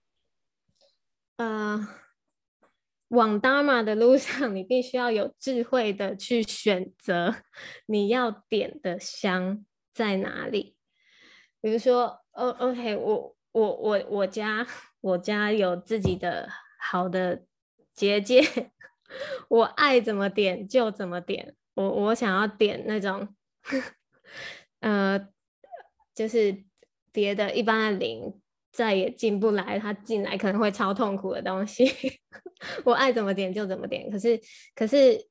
往 Dharma 的路上，你必须要有智慧的去选择你要点的香在哪里。比如说，OK，我家有自己的好的结界，我爱怎么点就怎么点。我想要点那种，就是别的一般的灵再也进不来，他进来可能会超痛苦的东西，我爱怎么点就怎么点。可是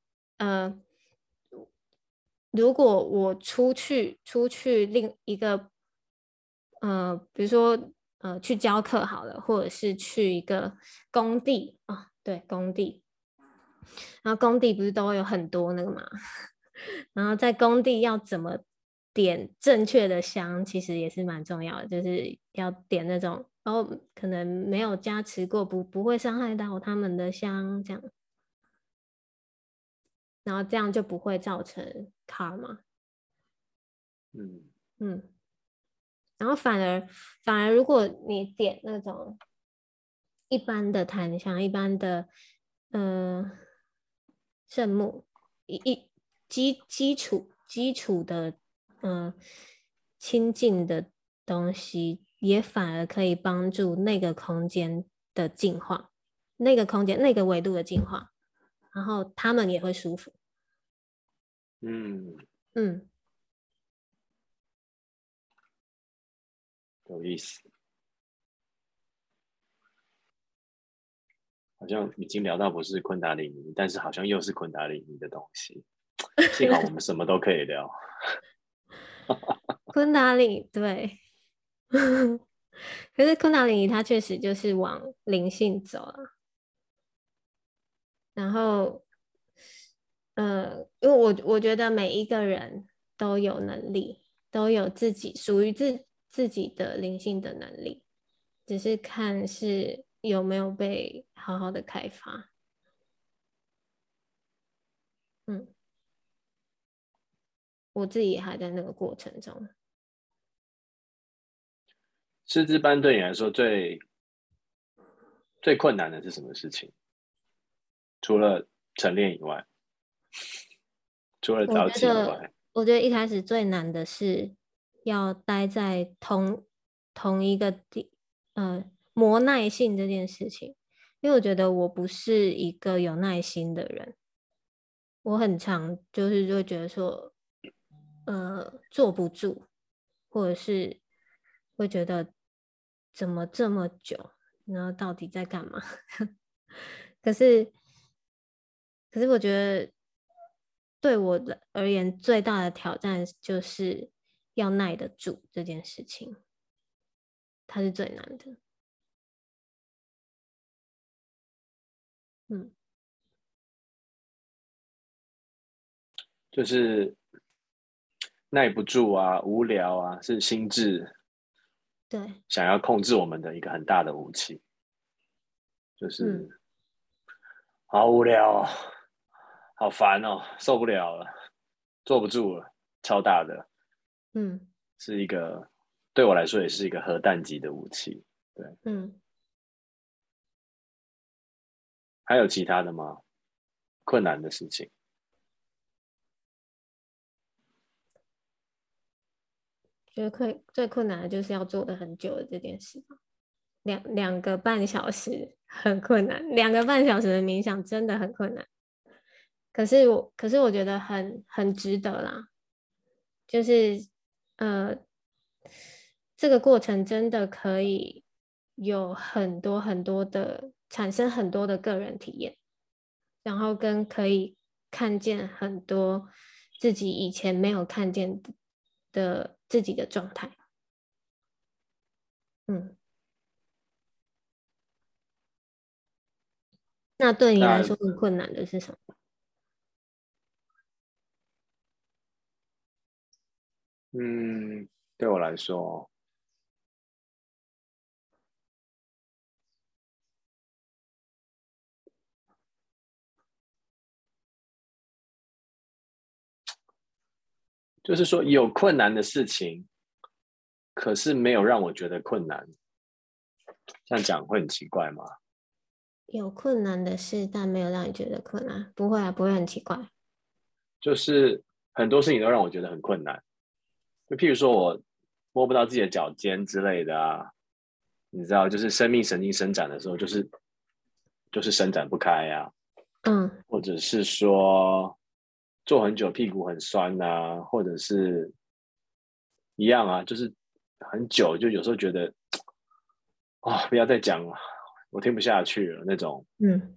如果我出去另一个比如说去教课好了，或者是去一个工地啊，对，工地，然后工地不是都有很多那个嘛，然后在工地要怎么点正确的香，其实也是蛮重要的，就是要点那种可能没有加持过，不会伤害到他们的香，这样，然后这样就不会造成 karma。嗯，然后反而如果你点那种一般的檀香，一般的圣木，基础的亲近的东西，也反而可以帮助那个空间的净化，那个空间那个维度的净化，然后他们也会舒服。嗯， 有意思。好像已经聊到不是昆达里尼，但是好像又是昆达里尼的东西。幸好我们什么都可以聊。 昆达里对，可是昆达里尼它确实就是往灵性走了。然后，因为我觉得每一个人都有能力，都有属于自己的灵性的能力，只是看是有没有被好好的开发。嗯，我自己也还在那个过程中。 师资班对你来说最困难的是什么事情？除了晨练以外，除了早起以外， 我觉得一开始最难的是要待在同一个磨耐性这件事情，因为我觉得我不是一个有耐心的人，我很常就是就会觉得说，坐不住，或者是会觉得怎么这么久，然后到底在干嘛？可是，可是我觉得对我而言最大的挑战就是要耐得住这件事情，它是最难的。嗯， 就是耐不住啊，无聊啊，是心智对， 想要控制我们的一个很大的武器。就是好无聊哦，好烦哦，受不了了，坐不住了，超大的， 嗯， 是一个对我来说也是一个核弹级的武器。对，还有其他的吗？困难的事情？ 觉得最困难的就是要做的很久的这件事吧。2个半小时很困难，2个半小时的冥想真的很困难。可是我觉得很值得啦，就是呃，这个过程真的可以有很多很多的产生很多的个人体验，然后跟可以看见很多自己以前没有看见的自己的状态。那对你来说很困难的是什么？ 对我来说，就是说有困难的事情，可是没有让我觉得困难，这样讲会很奇怪吗？ 有困难的事，但没有让你觉得困难，不会啊，不会很奇怪。 就是很多事情都让我觉得很困难，就譬如说我摸不到自己的脚尖之类的啊，你知道，就是生命神经伸展的时候，就是伸展不开啊，或者是说坐很久屁股很酸啊，或者是一样啊，就是很久，就有时候觉得不要再讲了，我听不下去了那种。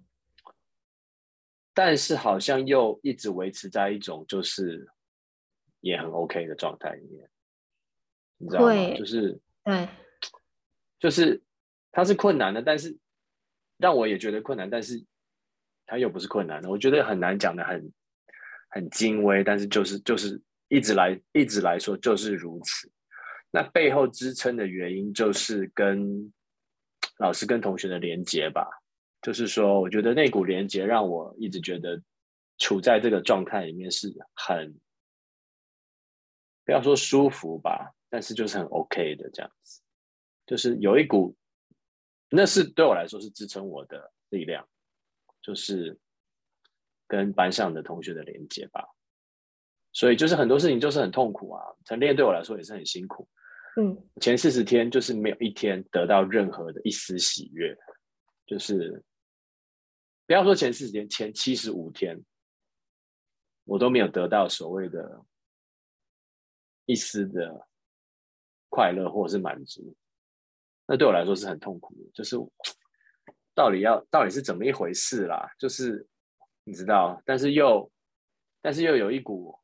但是好像又一直维持在一种就是也很 OK 的状态里面，你知道吗？ 会，对， 就是它是困难的，但是让我也觉得困难，但是它又不是困难的。我觉得很难讲的很精微，但是就是一直来说就是如此。那背后支撑的原因就是跟老师跟同学的连结吧。就是说，我觉得那股连结让我一直觉得处在这个状态里面是很，不要说舒服吧，但是就是很 OK 的这样子。就是有一股，那是对我来说是支撑我的力量，就是跟班上的同学的连接吧。所以就是很多事情就是很痛苦啊，晨练对我来说也是很辛苦。前40天就是没有一天得到任何的一丝喜悦，就是不要说前40天，前75天，我都没有得到所谓的一丝的快乐或者是满足。那对我来说是很痛苦的，就是到底是怎么一回事啦？就是你知道，但是又有一股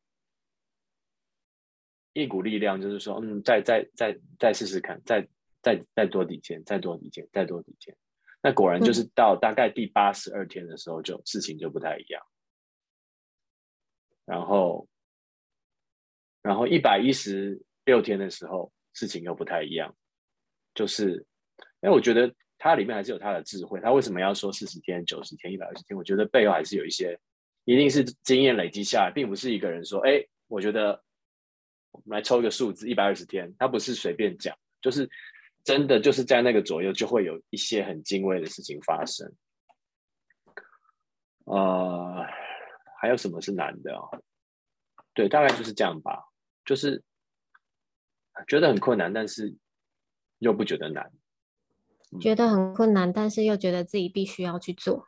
力量，就是说，再试试看，再多几天，再多几天，再多几天。那果然就是到大概第82天的时候，事情就不太一样。然后116天的时候，事情又不太一样。就是因为我觉得它里面还是有它的智慧，它为什么要说40天、90天、120天？我觉得背后还是有一些，一定是经验累积下来，并不是一个人说，我觉得我们来抽一个数字120天，他不是随便讲，就是真的就是在那个左右就会有一些很精微的事情发生。还有什么是难的哦？对，大概就是这样吧，就是觉得很困难，但是又不觉得难。 觉得很困难，但是又觉得自己必须要去做。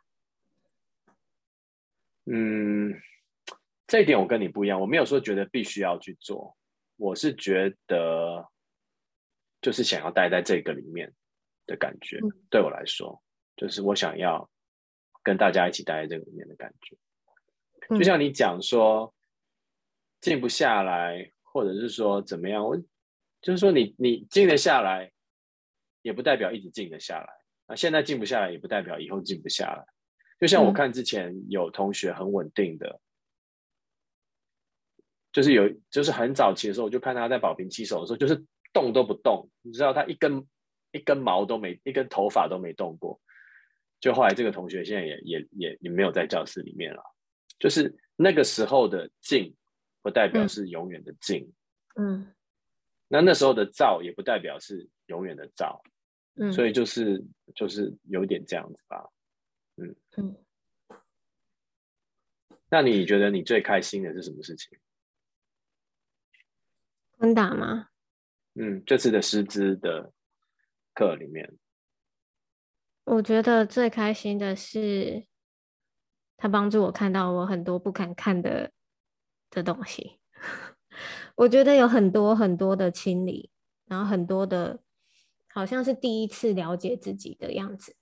这一点我跟你不一样，我没有说觉得必须要去做，我是觉得就是想要待在这个里面的感觉。对我来说，就是我想要跟大家一起待在这个里面的感觉。就像你讲说静不下来，或者是说怎么样，就是说你静得下来，也不代表一直静得下来。现在静不下来，也不代表以后静不下来。就像我看之前有同学很稳定的，就是很早期的时候，我就看他在保平七手的时候，就是动都不动，你知道他一根毛都没，一根头发都没动过。就后来这个同学现在也没有在教室里面了，就是那个时候的静，不代表是永远的静。 那时候的造也不代表是永远的造，所以以就是有一点这样子吧。那你觉得你最开心的是什么事情？ 昆达吗？ 这次的师资的课里面， 我觉得最开心的是他帮助我看到我很多不敢看的东西。我觉得有很多很多的清理，然后很多的好像是第一次了解自己的样子。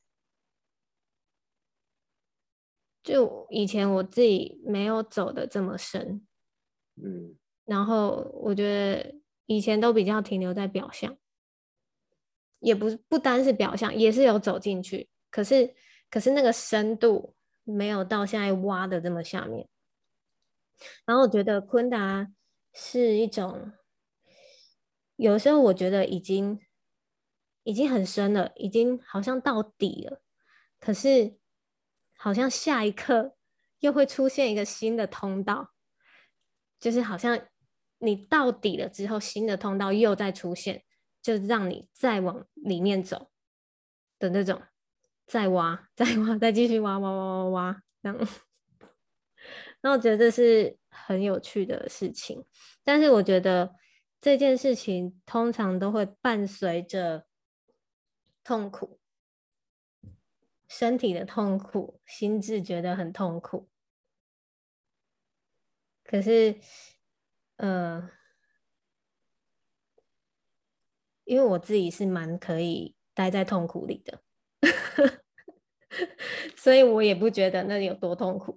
就以前我自己没有走的这么深，然后我觉得以前都比较停留在表象，也不单是表象，也是有走进去，可是那个深度没有到现在挖的这么下面。然后我觉得昆达是一种，有时候我觉得已经很深了，已经好像到底了，可是好像下一刻又会出现一个新的通道，就是好像你到底了之后，新的通道又再出现，就让你再往里面走的那种，再挖，再挖，再继续挖，挖挖挖挖，这样。那我觉得这是很有趣的事情，但是我觉得这件事情通常都会伴随着痛苦，身体的痛苦，心智觉得很痛苦。可是，因为我自己是蛮可以待在痛苦里的，所以我也不觉得那有多痛苦。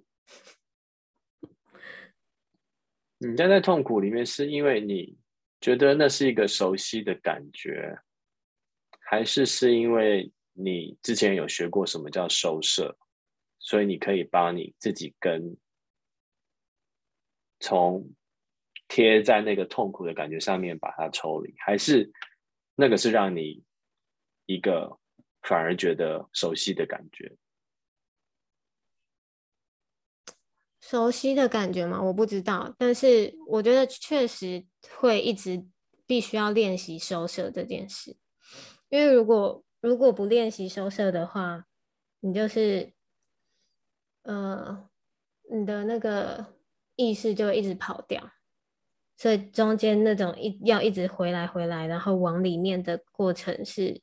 你站在痛苦里面，是因为你觉得那是一个熟悉的感觉，还是因为你之前有学过什么叫收摄，所以你可以把你自己从贴在那个痛苦的感觉上面把它抽离，还是那个是让你一个反而觉得熟悉的感觉？ 熟悉的感觉吗？我不知道，但是我觉得确实会一直必须要练习收摄这件事，因为如果不练习收摄的话，你就是你的那个意识就会一直跑掉，所以中间那种要一直回来，然后往里面的过程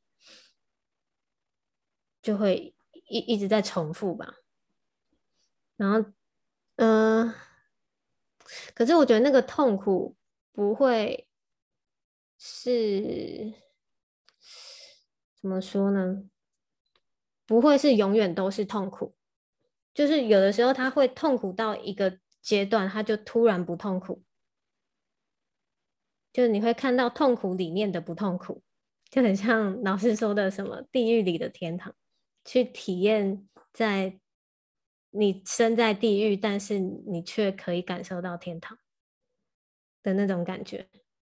就会一直在重复吧。然后，嗯、可是我觉得那个痛苦不会是怎么说呢？不会是永远都是痛苦，就是有的时候他会痛苦到一个阶段，他就突然不痛苦，就你会看到痛苦里面的不痛苦，就很像老师说的什么地狱里的天堂，去体验在你身在地狱，但是你却可以感受到天堂的那种感觉。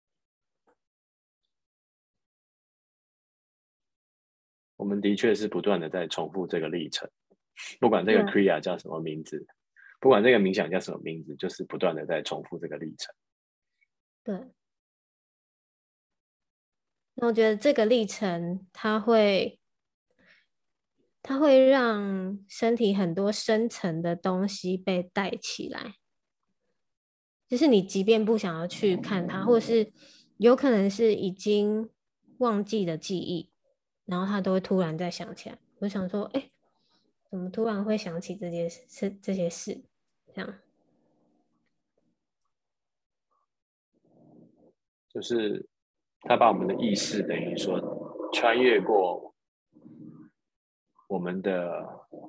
我们的确是不断的在重复这个历程，不管这个 Kriya 叫什么名字，不管这个冥想叫什么名字，就是不断的在重复这个历程。 对，那我觉得这个历程它会让身体很多深层的东西被带起来，就是你即便不想要去看它，或是有可能是已经忘记的记忆，然后它都会突然再想起来。我想说，哎，怎么突然会想起这些事？这样， 就是他把我们的意识等于说穿越过我们的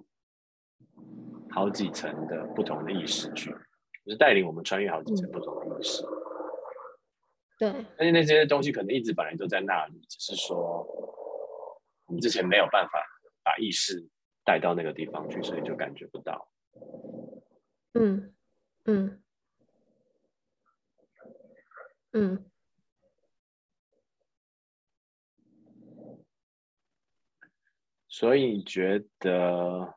好几层的不同的意识去，就是带领我们穿越好几层不同的意识。 对， 但是那些东西可能一直本来都在那里，只是说我们之前没有办法把意识带到那个地方去，所以就感觉不到。 嗯嗯嗯。 所以你觉得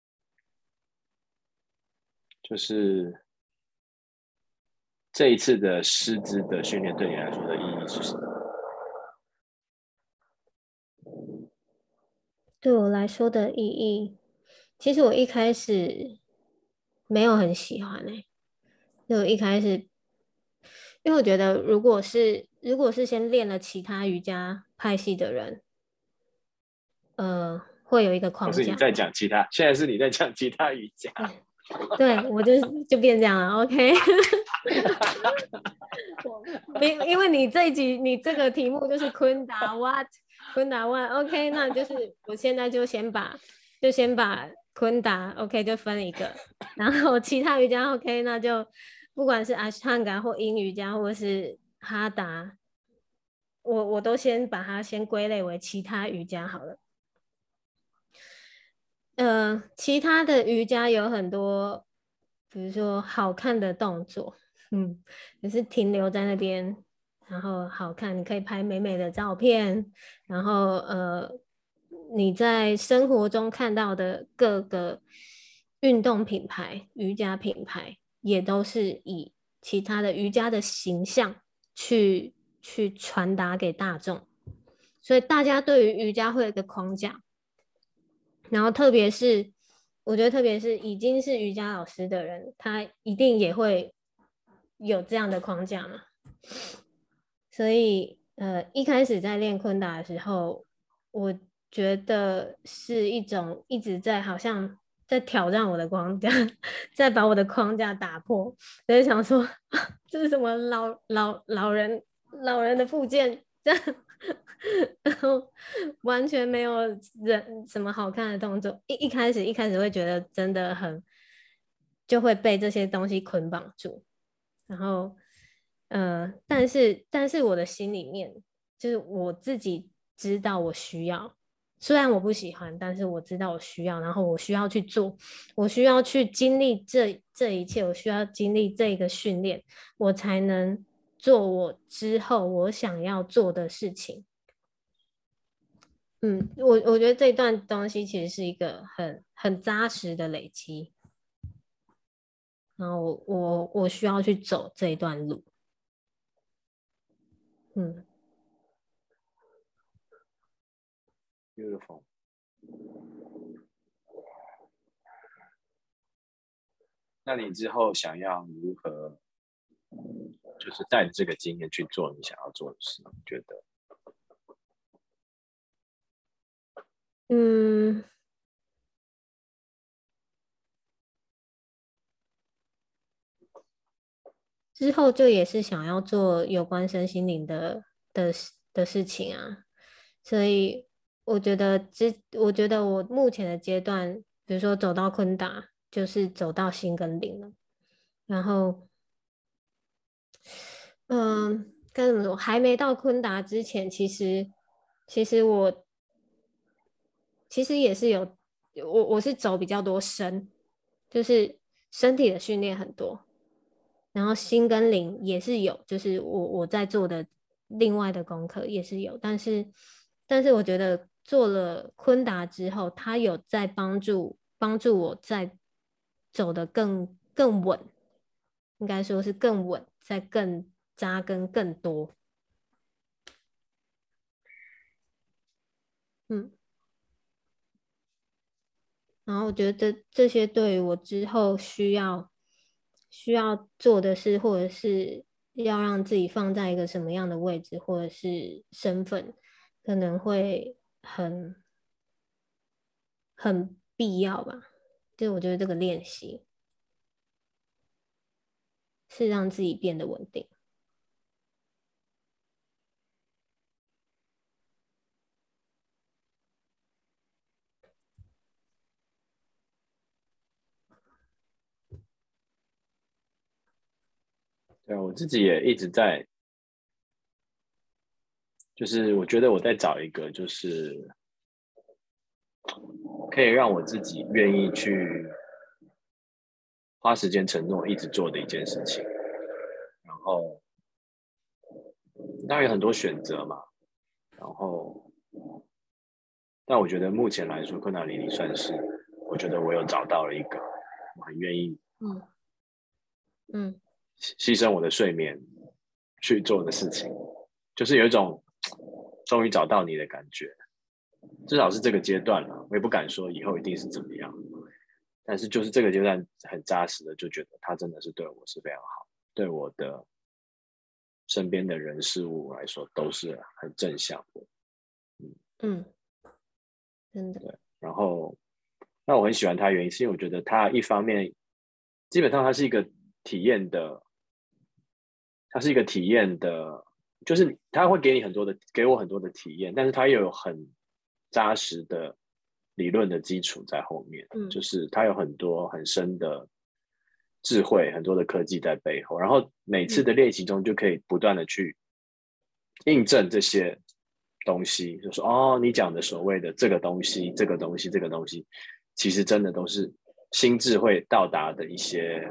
就是这一次的师资的训练对你来说的意义是什么？ 对我来说的意义，其实我一开始没有很喜欢就我一开始，因为我觉得如果是先练了其他瑜伽派系的人，会有一个或是你框架。 在讲其他，现在是你在讲其他瑜伽。 对，我就变这样了，OK 因为你这一集你这个题目就是昆达 what 昆达 what，OK，那就是我现在就先把昆达 OK 就分一个，然后其他瑜伽 OK，那就不管是阿斯汤嘎或阴瑜伽或是哈达，我都先把它先归类为其他瑜伽好了。其他的瑜伽有很多，比如说好看的动作，只是停留在那边，然后好看，你可以拍美美的照片，然后你在生活中看到的各个运动品牌、瑜伽品牌，也都是以其他的瑜伽的形象去传达给大众，所以大家对于瑜伽会有一个框架。然后我觉得特别是已经是瑜伽老师的人，他一定也会有这样的框架嘛。所以一开始在练昆达的时候，我觉得是一种一直在好像在挑战我的框架，在把我的框架打破。所以想说这是什么老人的附件，这样然后完全没有什么好看的动作。一开始会觉得真的就会被这些东西捆绑住，然后但是我的心里面就是我自己知道我需要，虽然我不喜欢，但是我知道我需要，然后我需要去做，我需要去经历这一切，我需要经历这个训练，我才能做我之后我想要做的事情。我觉得这段东西其实是一个很扎实的累积，然后我需要去走这一段路。 Beautiful。那你之后想要如何，就是带着这个经验去做你想要做的事？你觉得？ 之后就也是想要做有关身心灵的事情啊，所以我觉得我目前的阶段，比如说走到昆达，就是走到心跟灵了，然后该怎么说？还没到昆达之前，其实我其实也是我是走比较多就是身体的训练很多，然后心跟灵也是有，就是我在做的另外的功课也是有，但是我觉得做了昆达之后，它有在帮助我在走得更稳，应该说是更稳，在更扎根更多。嗯，然后我觉得这些对于我之后需要做的事，或者是要让自己放在一个什么样的位置，或者是身份，可能会很必要吧。就我觉得这个练习是让自己变得稳定。 对啊，我自己也一直在，就是我觉得我在找一个，就是可以让我自己愿意去花时间承诺一直做的一件事情。然后当然有很多选择嘛，然后但我觉得目前来说，昆达里尼算是我觉得我有找到了一个我很愿意牺牲我的睡眠去做的事情，就是有一种终于找到你的感觉。 至少是这个阶段了，我也不敢说以后一定是怎么样，但是就是这个阶段很扎实的就觉得他真的是对我是非常好，对我的身边的人事物来说都是很正向的。 真的。 对，然后那我很喜欢他的原因是因为我觉得他一方面基本上他是一个体验的，就是他会给我很多的体验，但是他又有很扎实的理论的基础在后面，就是他有很多很深的智慧，很多的科技在背后，然后每次的练习中就可以不断的去印证这些东西，就说哦，你讲的所谓的这个东西，这个东西，这个东西，其实真的都是心智会到达的一些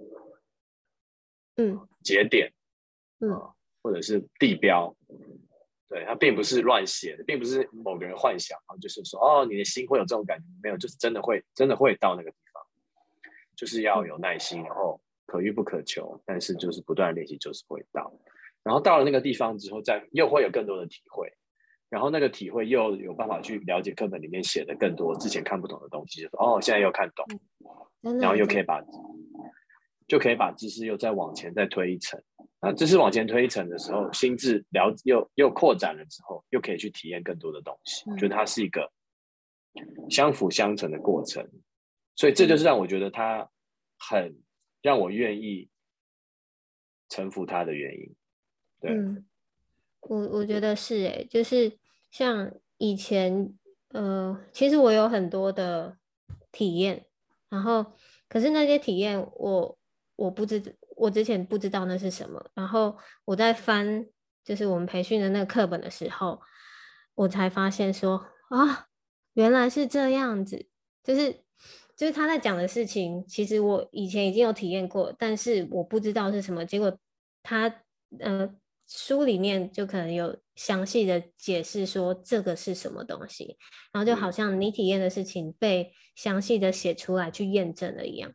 节点，或者是地标。对，它并不是乱写的，并不是某个人幻想，然后就是说哦，你的心会有这种感觉，没有，就是真的会到那个地方，就是要有耐心，然后可遇不可求，但是就是不断的练习，就是会到。然后到了那个地方之后，又会有更多的体会，然后那个体会又有办法去了解课本里面写的更多之前看不懂的东西，就说哦，现在又看懂，然后又可以把知识又再往前再推一层。啊，知识往前推一层的时候，心智又扩展了之后，又可以去体验更多的东西。我觉得它是一个相辅相成的过程，所以这就是让我觉得它很让我愿意臣服它的原因。对， 我觉得是就是像以前其实我有很多的体验，然后可是那些体验我之前不知道那是什么，然后我在翻就是我们培训的那个课本的时候，我才发现说啊，原来是这样子，就是他在讲的事情，其实我以前已经有体验过，但是我不知道是什么，结果他书里面就可能有详细的解释说这个是什么东西，然后就好像你体验的事情被详细的写出来去验证了一样。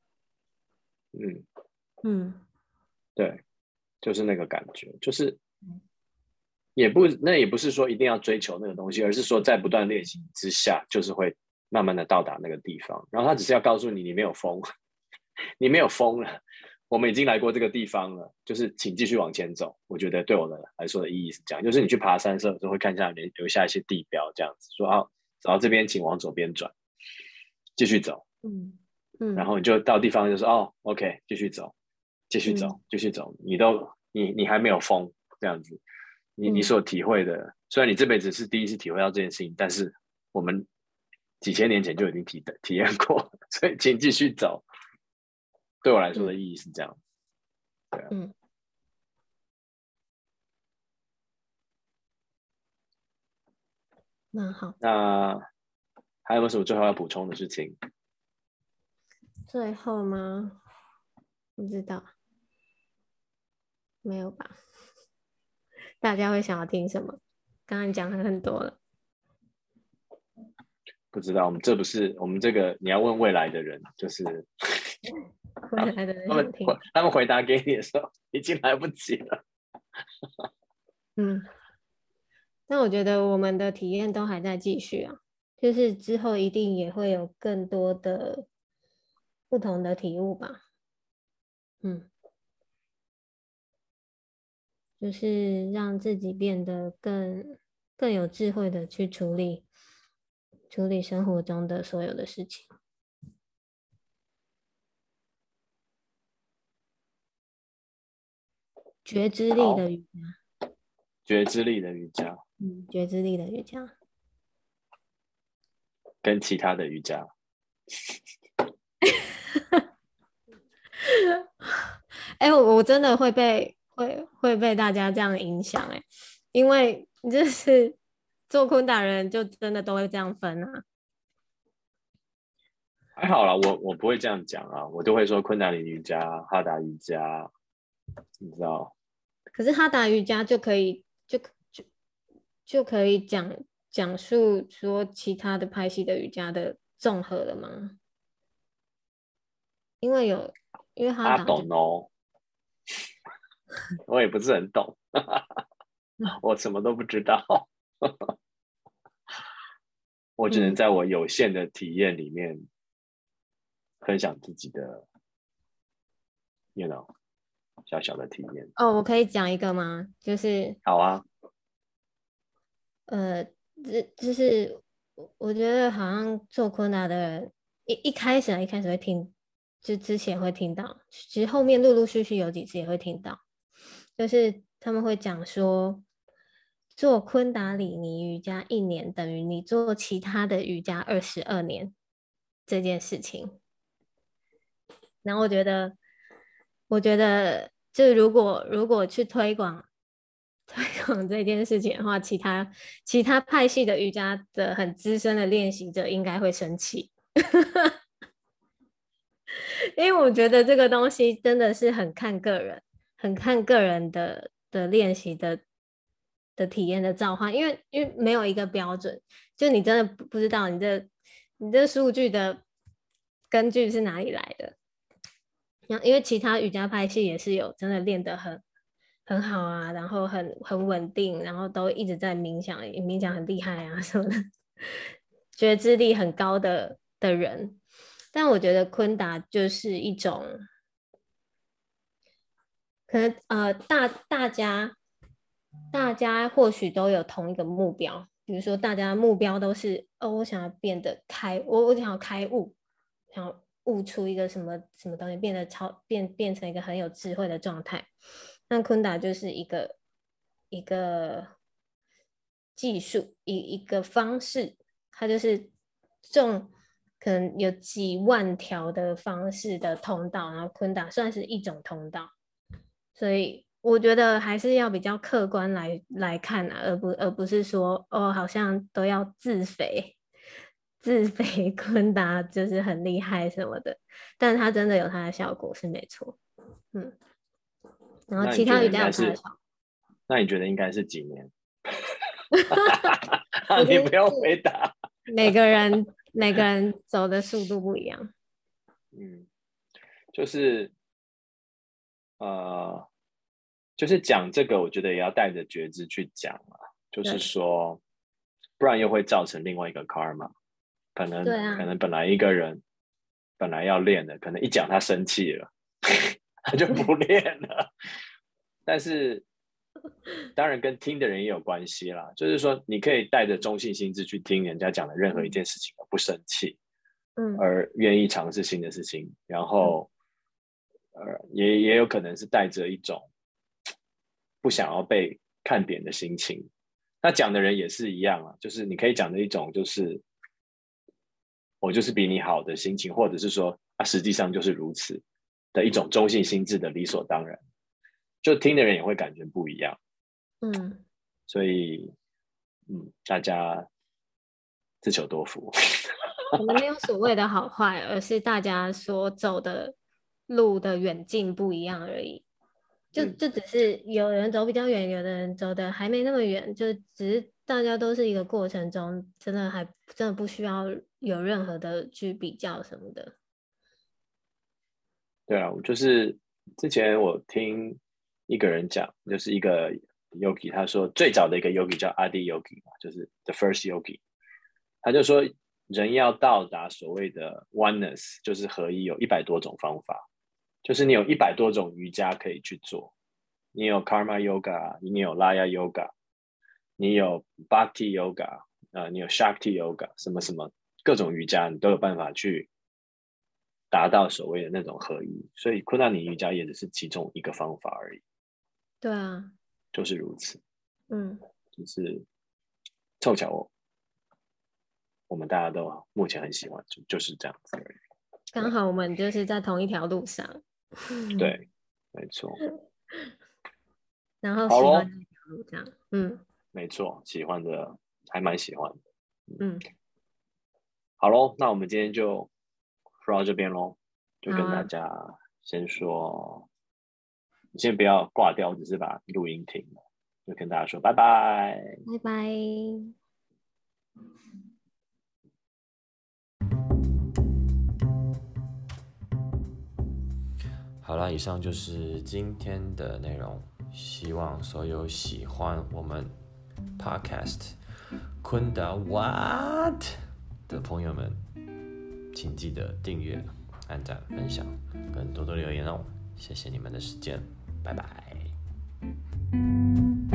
对，就是那个感觉，就是那也不是说一定要追求那个东西，而是说在不断练习之下，就是会慢慢的到达那个地方。然后他只是要告诉你，你没有疯，你没有疯了，我们已经来过这个地方了，就是请继续往前走。我觉得对我来说的意义是这样，就是你去爬山的时候，就会看下留下一些地标，这样子说啊，走到这边请往左边转，继续走。然后你就到地方就说哦 ，OK， 继续走，继续走，继续走。你还没有疯，这样子。你所体会的，虽然你这辈子是第一次体会到这件事情，但是我们几千年前就已经体验过，所以请继续走。对我来说的意义是这样。对啊。 那好。 那还有没有什么最后要补充的事情？ 最后吗？不知道，没有吧？大家会想要听什么？刚刚讲了很多了。 不知道，我们这个你要问未来的人，就是未来的人想听。 他们回答给你的时候已经来不及了。 但我觉得我们的体验都还在继续啊，就是之后一定也会有更多的不同的体悟吧。就是让自己变得更有智慧的去处理生活中的所有的事情。觉知力的瑜伽。 觉知力的瑜伽。 觉知力的瑜伽。 跟其他的瑜伽。 我真的会被大家这样影响因为就是做昆达人就真的都会这样分啊。 还好啦，我不会这样讲啊，我都会说昆达里瑜伽、哈达瑜伽，你知道。 可是哈达瑜伽就可以讲述说其他的派系的瑜伽的综合了吗？因为哈达懂哦，我也不是很懂，我什么都不知道。 我只能在我有限的体验里面分享自己的小小的体验。 哦，我可以讲一个吗？就是好啊， 就是我觉得好像做昆达的人一开始会听，就之前会听到，其实后面陆陆续续有几次也会听到，就是他们会讲说，做昆达里尼瑜伽1年等于你做其他的瑜伽22年这件事情。然后我觉得就如果去推广这件事情的话，其他派系的瑜伽的很资深的练习者应该会生气，因为我觉得这个东西真的是很看个人，很看个人的练习的体验的召唤，因为没有一个标准，就你真的不知道你这数据的根据是哪里来的。因为其他瑜伽派系也是有真的练得很好啊，然后很稳定，然后都一直在冥想，冥想很厉害啊什么的，觉知力很高的人。但我觉得昆达就是一种，可能大家或许都有同一个目标，比如说大家目标都是我想要变得我想要开悟，想要悟出一个什么东西，变成一个很有智慧的状态。那昆达就是一个技术，一个方式，它就是可能有几万条的方式的通道，然后昆达算是一种通道，所以我觉得还是要比较客观来看啊，而不是说好像都要自肥昆达就是很厉害什么的，但它真的有它的效果是没错，然后其他瑜伽有它的效果。 那你觉得应该是几年？你不要回答。 每个人走的速度不一样。 就是讲这个，我觉得也要带着觉知去讲啊。就是说，不然又会造成另外一个 karma。可能本来一个人本来要练的，可能一讲他生气了，他就不练了。但是当然跟听的人也有关系啦，就是说你可以带着中性心智去听人家讲的任何一件事情而不生气，而愿意尝试新的事情，然后也有可能是带着一种不想要被看扁的心情。那讲的人也是一样啊，就是你可以讲的一种就是我就是比你好的心情，或者是说实际上就是如此的一种中性心智的理所当然，就听的人也会感觉不一样。所以大家自求多福。 可能没有所谓的好坏，而是大家所走的路的远近不一样而已。就只是有人走比较远，有的人走的还没那么远，就只是大家都是一个过程中，真的不需要有任何的去比较什么的。 对啊，就是之前我听一个人讲，就是一个 yogi， 他说最早的一个 yogi 叫 Adi Yogi 嘛，就是 the first yogi， 他就说人要到达所谓的 oneness， 就是合一，有100多种方法，就是你有100多种瑜伽可以去做，你有 karma yoga， 你有 laya yoga， 你有 bhakti yoga， 你有 shakti yoga， 什么什么各种瑜伽你都有办法去达到所谓的那种合一，所以昆达尼瑜伽也只是其中一个方法而已。 对啊， 就是如此。就是凑巧我们大家都目前很喜欢，就是这样子而已。 刚好我们就是在同一条路上。 对，没错。 然后喜欢这条路这样。 没错，喜欢的还蛮喜欢的。好咯，那我们今天就说到这边咯，就跟大家先说，你先不要挂掉，只是把录音停了，就跟大家说拜拜， 拜拜。 好了，以上就是今天的内容，希望所有喜欢我们 Podcast 昆达 What 的朋友们，请记得订阅、按赞、分享，跟多多留言哦。谢谢你们的时间，拜拜。